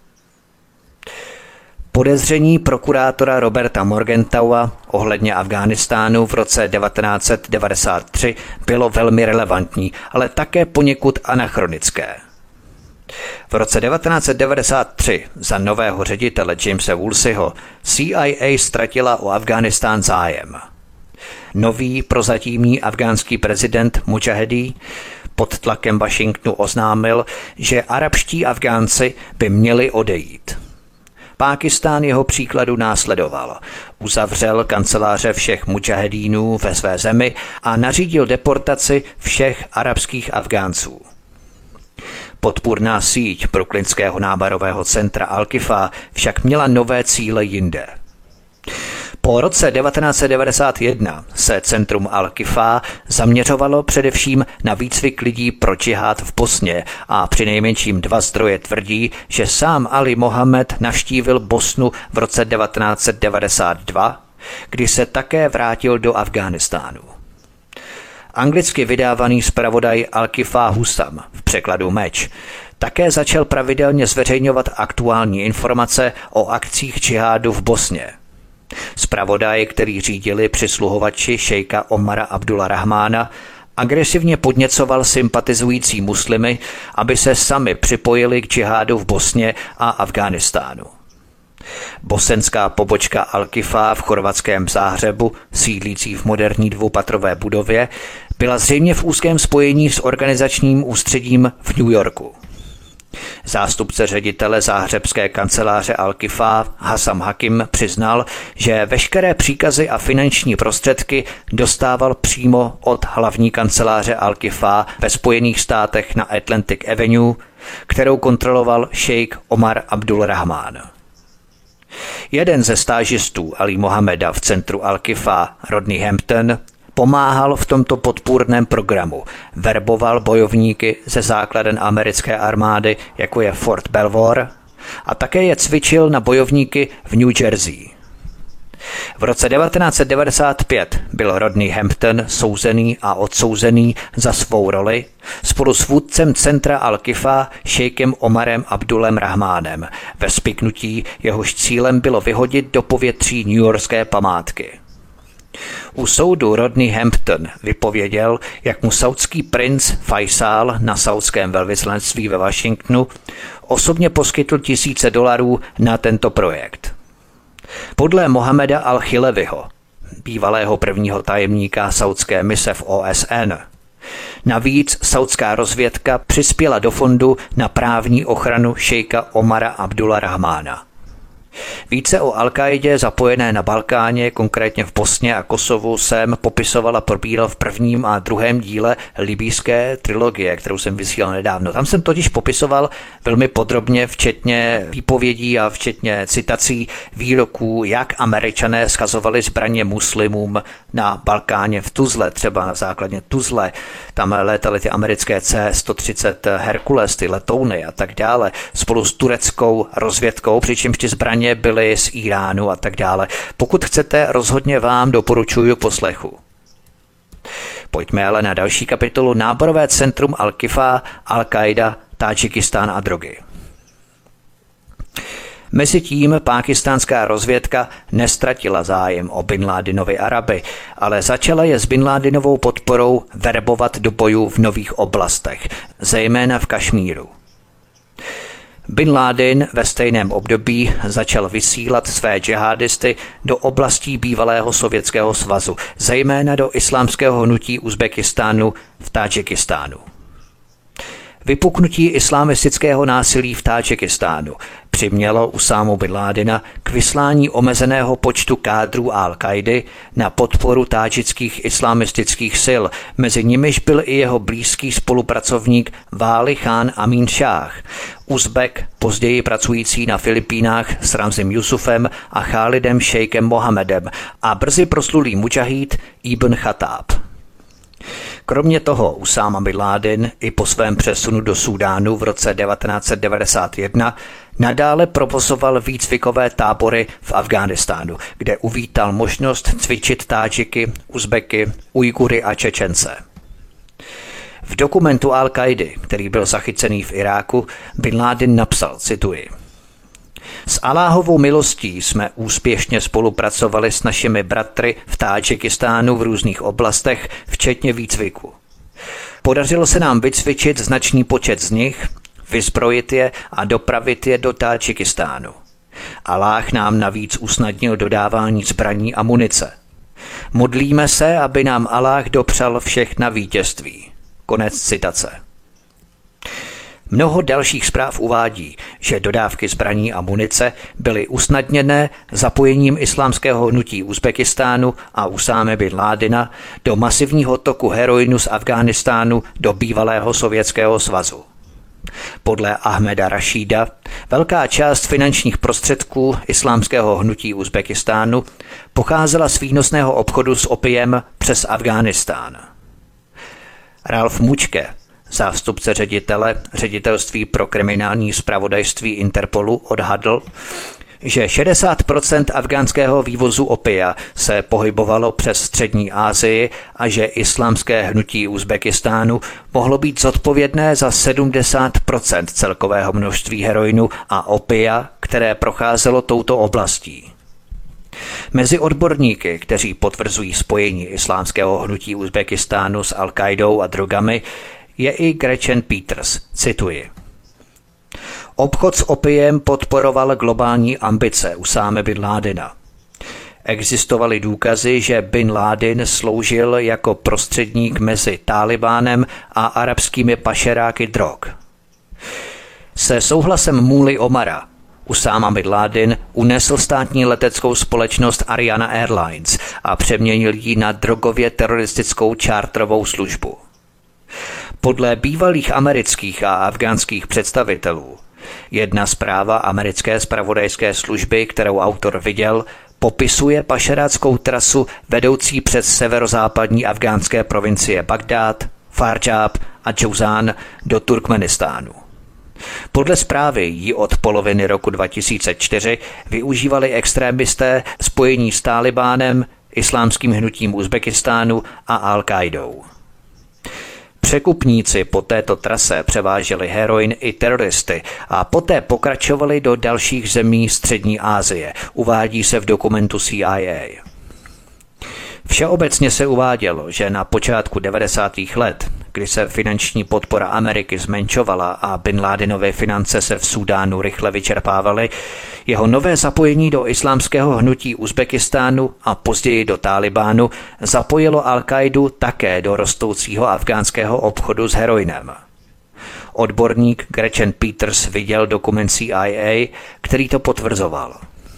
Podezření prokurátora Roberta Morgentaua ohledně Afghánistánu v roce devatenáct set devadesát tři bylo velmi relevantní, ale také poněkud anachronické. V roce devatenáct set devadesát tři za nového ředitele Jamese Woolseyho C I A ztratila o Afghánistán zájem. Nový prozatímní afgánský prezident Mujahedí pod tlakem Washingtonu oznámil, že arabští Afgánci by měli odejít. Pákistán jeho příkladu následoval. Uzavřel kanceláře všech mudžahedínů ve své zemi a nařídil deportaci všech arabských Afgánců. Podpůrná síť brooklynského náborového centra Al-Kifá však měla nové cíle jinde. Po roce devatenáct set devadesát jedna se centrum Al-Kifá zaměřovalo především na výcvik lidí pro džihád v Bosně a přinejmenším dva zdroje tvrdí, že sám Ali Mohammed navštívil Bosnu v roce devatenáct set devadesát dva, kdy se také vrátil do Afghánistánu. Anglicky vydávaný zpravodaj Al-Kifá Husam, v překladu Meč, také začal pravidelně zveřejňovat aktuální informace o akcích džihádu v Bosně. Zpravodaj, který řídili přisluhovači šejka Omara Abdula Rahmána, agresivně podněcoval sympatizující muslimy, aby se sami připojili k džihádu v Bosně a Afghánistánu. Bosenská pobočka Al-Kifá v chorvatském Záhřebu, sídlící v moderní dvoupatrové budově, byla zřejmě v úzkém spojení s organizačním ústředím v New Yorku. Zástupce ředitele záhřebské kanceláře Al-Kifá Hassam Hakim přiznal, že veškeré příkazy a finanční prostředky dostával přímo od hlavní kanceláře Al-Kifá ve Spojených státech na Atlantic Avenue, kterou kontroloval šejk Omar Abdul Rahman. Jeden ze stážistů Ali Mohameda v centru Al-Kifá, Rodney Hampton, pomáhal v tomto podpůrném programu, verboval bojovníky ze základen americké armády, jako je Fort Belvoir, a také je cvičil na bojovníky v New Jersey. V roce devatenáct set devadesát pět byl Rodney Hampton souzený a odsouzený za svou roli spolu s vůdcem centra Al-Kifá šejkem Omarem Abdulem Rahmánem ve spiknutí, jehož cílem bylo vyhodit do povětří newyorské památky. U soudu Rodney Hampton vypověděl, jak mu saudský princ Faisal na saudském velvyslanectví ve Washingtonu osobně poskytl tisíce dolarů na tento projekt. Podle Mohameda al-Chileviho, bývalého prvního tajemníka saudské mise v O S N, navíc saudská rozvědka přispěla do fondu na právní ochranu šejka Omara Abdula Rahmána. Více o Al-Kaidě zapojené na Balkáně, konkrétně v Bosně a Kosovu, jsem popisoval a probíral v prvním a druhém díle libýské trilogie, kterou jsem vysílal nedávno. Tam jsem totiž popisoval velmi podrobně, včetně výpovědí a včetně citací výroků, jak Američané schazovali zbraně muslimům na Balkáně v Tuzle, třeba na základně Tuzle. Tam létaly ty americké C sto třicet Hercules, ty letouny a tak dále, spolu s tureckou rozvědkou, přičemž ty zbraně byly z Iránu a tak dále. Pokud chcete, rozhodně vám doporučuji poslechu. Pojďme ale na další kapitolu. Náborové centrum Al-Kifá, Al-Qaida, Tádžikistán a drogy. Mezitím pákistánská rozvědka nestratila zájem o Bin Ládinovi Araby, ale začala je s Bin Ládinovou podporou verbovat do bojů v nových oblastech, zejména v Kašmíru. Bin Ládin ve stejném období začal vysílat své džihadisty do oblastí bývalého Sovětského svazu, zejména do islámského hnutí Uzbekistánu v Tádžikistánu. Vypuknutí islamistického násilí v Tádžikistánu přimělo Usámu bin Ládina k vyslání omezeného počtu kádrů Al-Kaidy na podporu tádžických islamistických sil, mezi nimiž byl i jeho blízký spolupracovník Váli Chán Amin Šáh, Uzbek, později pracující na Filipínách s Ramzim Jusufem a Chálidem šejkem Mohamedem a brzy proslulý mudžahíd Ibn Chatáb. Kromě toho Usáma bin Ládin i po svém přesunu do Súdánu v roce devatenáct set devadesát jedna nadále provozoval výcvikové tábory v Afghánistánu, kde uvítal možnost cvičit Tádžiky, Uzbeky, Ujgury a Čečence. V dokumentu Al-Kaidy, který byl zachycený v Iráku, bin Ládin napsal, cituji: S Aláhovou milostí jsme úspěšně spolupracovali s našimi bratry v Tádžikistánu v různých oblastech, včetně výcviku. Podařilo se nám vycvičit značný počet z nich, vyzbrojit je a dopravit je do Tádžikistánu. Aláh nám navíc usnadnil dodávání zbraní a munice. Modlíme se, aby nám Aláh dopřál všechna vítězství. Konec citace. Mnoho dalších zpráv uvádí, že dodávky zbraní a munice byly usnadněné zapojením islámského hnutí Uzbekistánu a Usámy bin Ládina do masivního toku heroinu z Afghánistánu do bývalého Sovětského svazu. Podle Ahmeda Rašída velká část finančních prostředků islámského hnutí Uzbekistánu pocházela z výnosného obchodu s opiem přes Afghánistán. Ralf Mučke, zástupce ředitele ředitelství pro kriminální zpravodajství Interpolu, odhadl, že šedesát procent afgánského vývozu opia se pohybovalo přes střední Asii a že islámské hnutí Uzbekistánu mohlo být zodpovědné za sedmdesát procent celkového množství heroinu a opia, které procházelo touto oblastí. Mezi odborníky, kteří potvrzují spojení islámského hnutí Uzbekistánu s Al-Kaidou a drogami, je i Gretchen Peters, cituji: Obchod s opiem podporoval globální ambice Usámy bin Ládina. Existovaly důkazy, že bin Ládin sloužil jako prostředník mezi Tálibánem a arabskými pašeráky drog. Se souhlasem Můly Omara Usáma bin Ládin unesl státní leteckou společnost Ariana Airlines a přeměnil ji na drogově teroristickou čártrovou službu. Podle bývalých amerických a afgánských představitelů jedna zpráva americké zpravodajské služby, kterou autor viděl, popisuje pašeráckou trasu vedoucí přes severozápadní afgánské provincie Bagdád, Faryab a Džouzán do Turkmenistánu. Podle zprávy ji od poloviny roku dva tisíce čtyři využívali extrémisté spojení s Tálibánem, islámským hnutím Uzbekistánu a Al-Kaidou. Překupníci po této trase převáželi heroin i teroristy a poté pokračovali do dalších zemí střední Asie, uvádí se v dokumentu C I A. Všeobecně se uvádělo, že na počátku devadesátých let, kdy se finanční podpora Ameriky zmenšovala a bin Ládinovy finance se v Súdánu rychle vyčerpávaly, jeho nové zapojení do islámského hnutí Uzbekistánu a později do Tálibánu zapojilo Al-Kaidu také do rostoucího afgánského obchodu s heroinem. Odborník Gretchen Peters viděl dokument C I A, který to potvrzoval.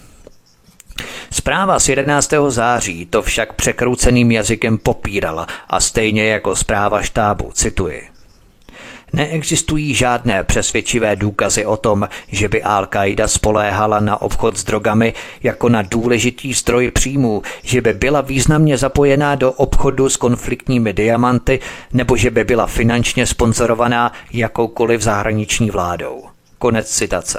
Zpráva z jedenáctého září to však překrouceným jazykem popírala a stejně jako zpráva štábu, cituji: Neexistují žádné přesvědčivé důkazy o tom, že by Al-Kaida spoléhala na obchod s drogami jako na důležitý zdroj příjmů, že by byla významně zapojená do obchodu s konfliktními diamanty nebo že by byla finančně sponzorovaná jakoukoliv zahraniční vládou. Konec citace.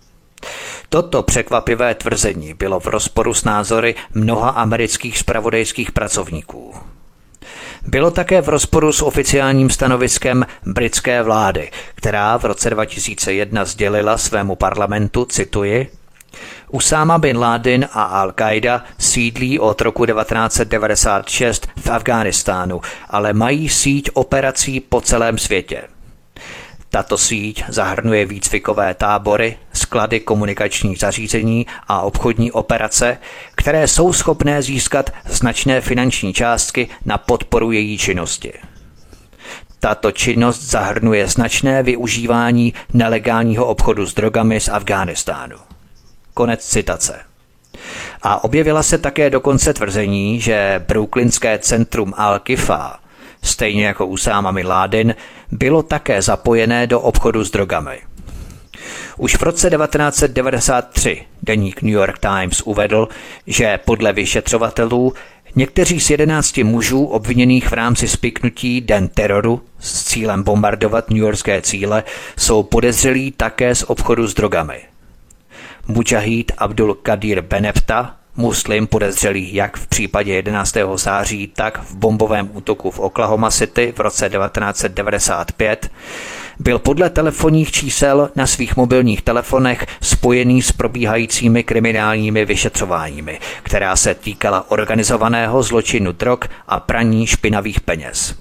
Toto překvapivé tvrzení bylo v rozporu s názory mnoha amerických zpravodajských pracovníků. Bylo také v rozporu s oficiálním stanoviskem britské vlády, která v roce dva tisíce jedna sdělila svému parlamentu, cituji: Usáma bin Ládin a Al-Kaida sídlí od roku devatenáct set devadesát šest v Afghánistánu, ale mají síť operací po celém světě. Tato síť zahrnuje výcvikové tábory, sklady komunikačních zařízení a obchodní operace, které jsou schopné získat značné finanční částky na podporu její činnosti. Tato činnost zahrnuje značné využívání nelegálního obchodu s drogami z Afghánistánu. Konec citace. A objevila se také dokonce tvrzení, že brooklynské centrum Al-Kifa, stejně jako Usáma bin Ládin, bylo také zapojené do obchodu s drogami. Už v roce devatenáct set devadesát tři deník New York Times uvedl, že podle vyšetřovatelů Někteří z jedenácti mužů obviněných v rámci spiknutí Den teroru s cílem bombardovat newyorské cíle jsou podezřelí také z obchodu s drogami. Mujahid Abdul Kadir Benefta, muslim podezřelý jak v případě jedenáctého září, tak v bombovém útoku v Oklahoma City v roce devatenáct set devadesát pět, byl podle telefonních čísel na svých mobilních telefonech spojený s probíhajícími kriminálními vyšetřováními, která se týkala organizovaného zločinu drog a praní špinavých peněz.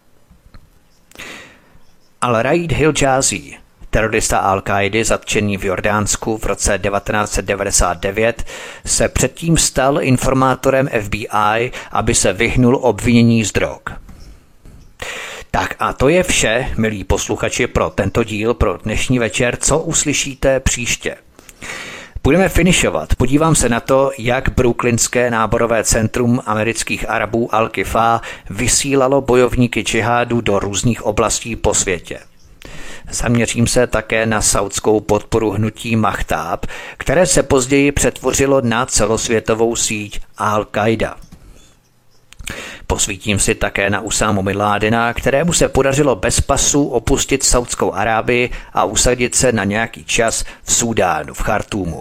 Al-Raid Hijazi, terorista Al-Káidy zatčený v Jordánsku v roce devatenáct set devadesát devět, se předtím stal informátorem F B I, aby se vyhnul obvinění z drog. Tak a to je vše, milí posluchači, pro tento díl, pro dnešní večer. Co uslyšíte příště? Budeme finišovat. Podívám se na to, jak brooklynské náborové centrum amerických Arabů Al-Kifa vysílalo bojovníky džihádu do různých oblastí po světě. Zaměřím se také na saudskou podporu hnutí Mahtáb, které se později přetvořilo na celosvětovou síť Al-Qaida. Posvítím si také na Usámu bin Ládena, kterému se podařilo bez pasu opustit Saudskou Arábii a usadit se na nějaký čas v Súdánu, v Chartúmu.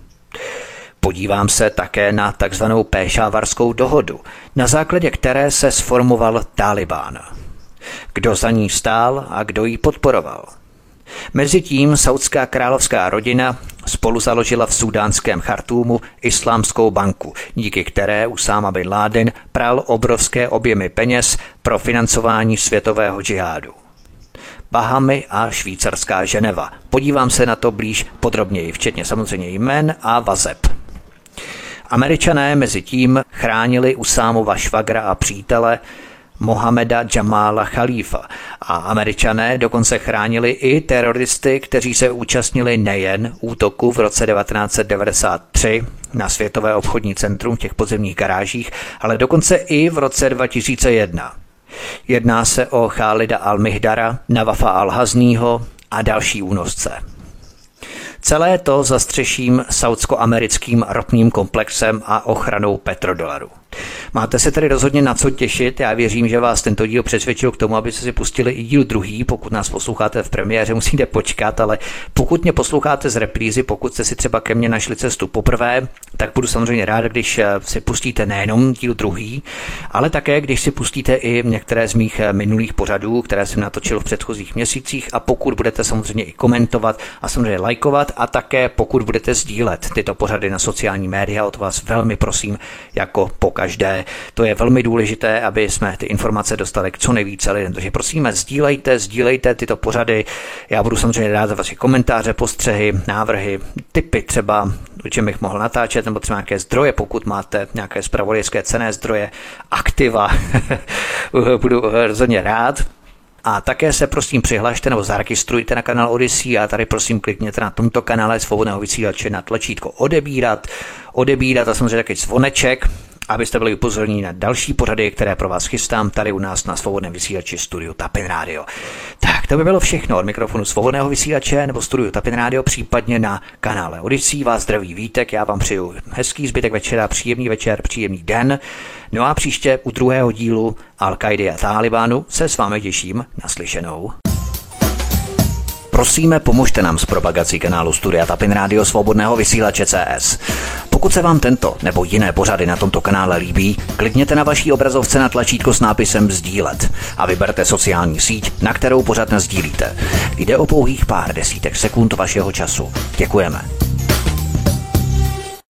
Podívám se také na takzvanou Péšávarskou dohodu, na základě které se sformoval Tálibán. Kdo za ní stál a kdo ji podporoval. Mezitím saudská královská rodina spolu založila v súdánském Chartúmu Islámskou banku, díky které Usáma bin Láden pral obrovské objemy peněz pro financování světového džihádu. Bahamy a švýcarská Ženeva. Podívám se na to blíž podrobněji, včetně samozřejmě jmen a vazeb. Američané mezitím chránili Usámova švagra a přítele Mohameda Jamala Khalifa a Američané dokonce chránili i teroristy, kteří se účastnili nejen útoku v roce devatenáct set devadesát tři na Světové obchodní centrum v těch podzemních garážích, ale dokonce i v roce dva tisíce jedna. Jedná se o Chálida al-Mihdara, Navafa al-Haznýho a další únosce. Celé to zastřeším saudsko-americkým ropným komplexem a ochranou petrodolaru. Máte se tedy rozhodně na co těšit, já věřím, že vás tento díl přesvědčil k tomu, abyste si pustili i díl druhý. Pokud nás posloucháte v premiéře, musíte počkat, ale pokud mě posloucháte z reprízy, pokud jste si třeba ke mně našli cestu poprvé, tak budu samozřejmě rád, když si pustíte nejenom díl druhý, ale také, když si pustíte i některé z mých minulých pořadů, které jsem natočil v předchozích měsících, a pokud budete samozřejmě i komentovat a samozřejmě lajkovat a také pokud budete sdílet tyto pořady na sociální média, o to vás velmi prosím, jako pokaždé. To je velmi důležité, aby jsme ty informace dostali k co nejvíce lidem. Takže prosíme, sdílejte, sdílejte tyto pořady. Já budu samozřejmě rád za vaše komentáře, postřehy, návrhy, tipy třeba, o čem bych mohl natáčet, nebo třeba nějaké zdroje, pokud máte nějaké zpravodajské cenné zdroje, aktiva. Budu rozhodně rád. A také se prosím přihlašte nebo zaregistrujte na kanál Odyssey a tady prosím klikněte na tomto kanále Svobodného vysílače na tlačítko odebírat, odebírat a samozřejmě taky zvoneček, abyste byli upozorněni na další pořady, které pro vás chystám tady u nás na Svobodném vysílači Studiu Tapin Radio. Tak to by bylo všechno od mikrofonu Svobodného vysílače nebo Studiu Tapin Radio, případně na kanále Odyssey. Vás zdraví Vítek, já vám přeju hezký zbytek večera, příjemný večer, příjemný den. No a příště u druhého dílu Al-Kaidy a Tálibánu se s vámi těším naslyšenou. Prosíme, pomožte nám s propagací kanálu Studia Tapin Radio Svobodného vysílače C S. Pokud se vám tento nebo jiné pořady na tomto kanále líbí, klikněte na vaší obrazovce na tlačítko s nápisem sdílet a vyberte sociální síť, na kterou pořad nasdílíte. Jde o pouhých pár desítek sekund vašeho času. Děkujeme.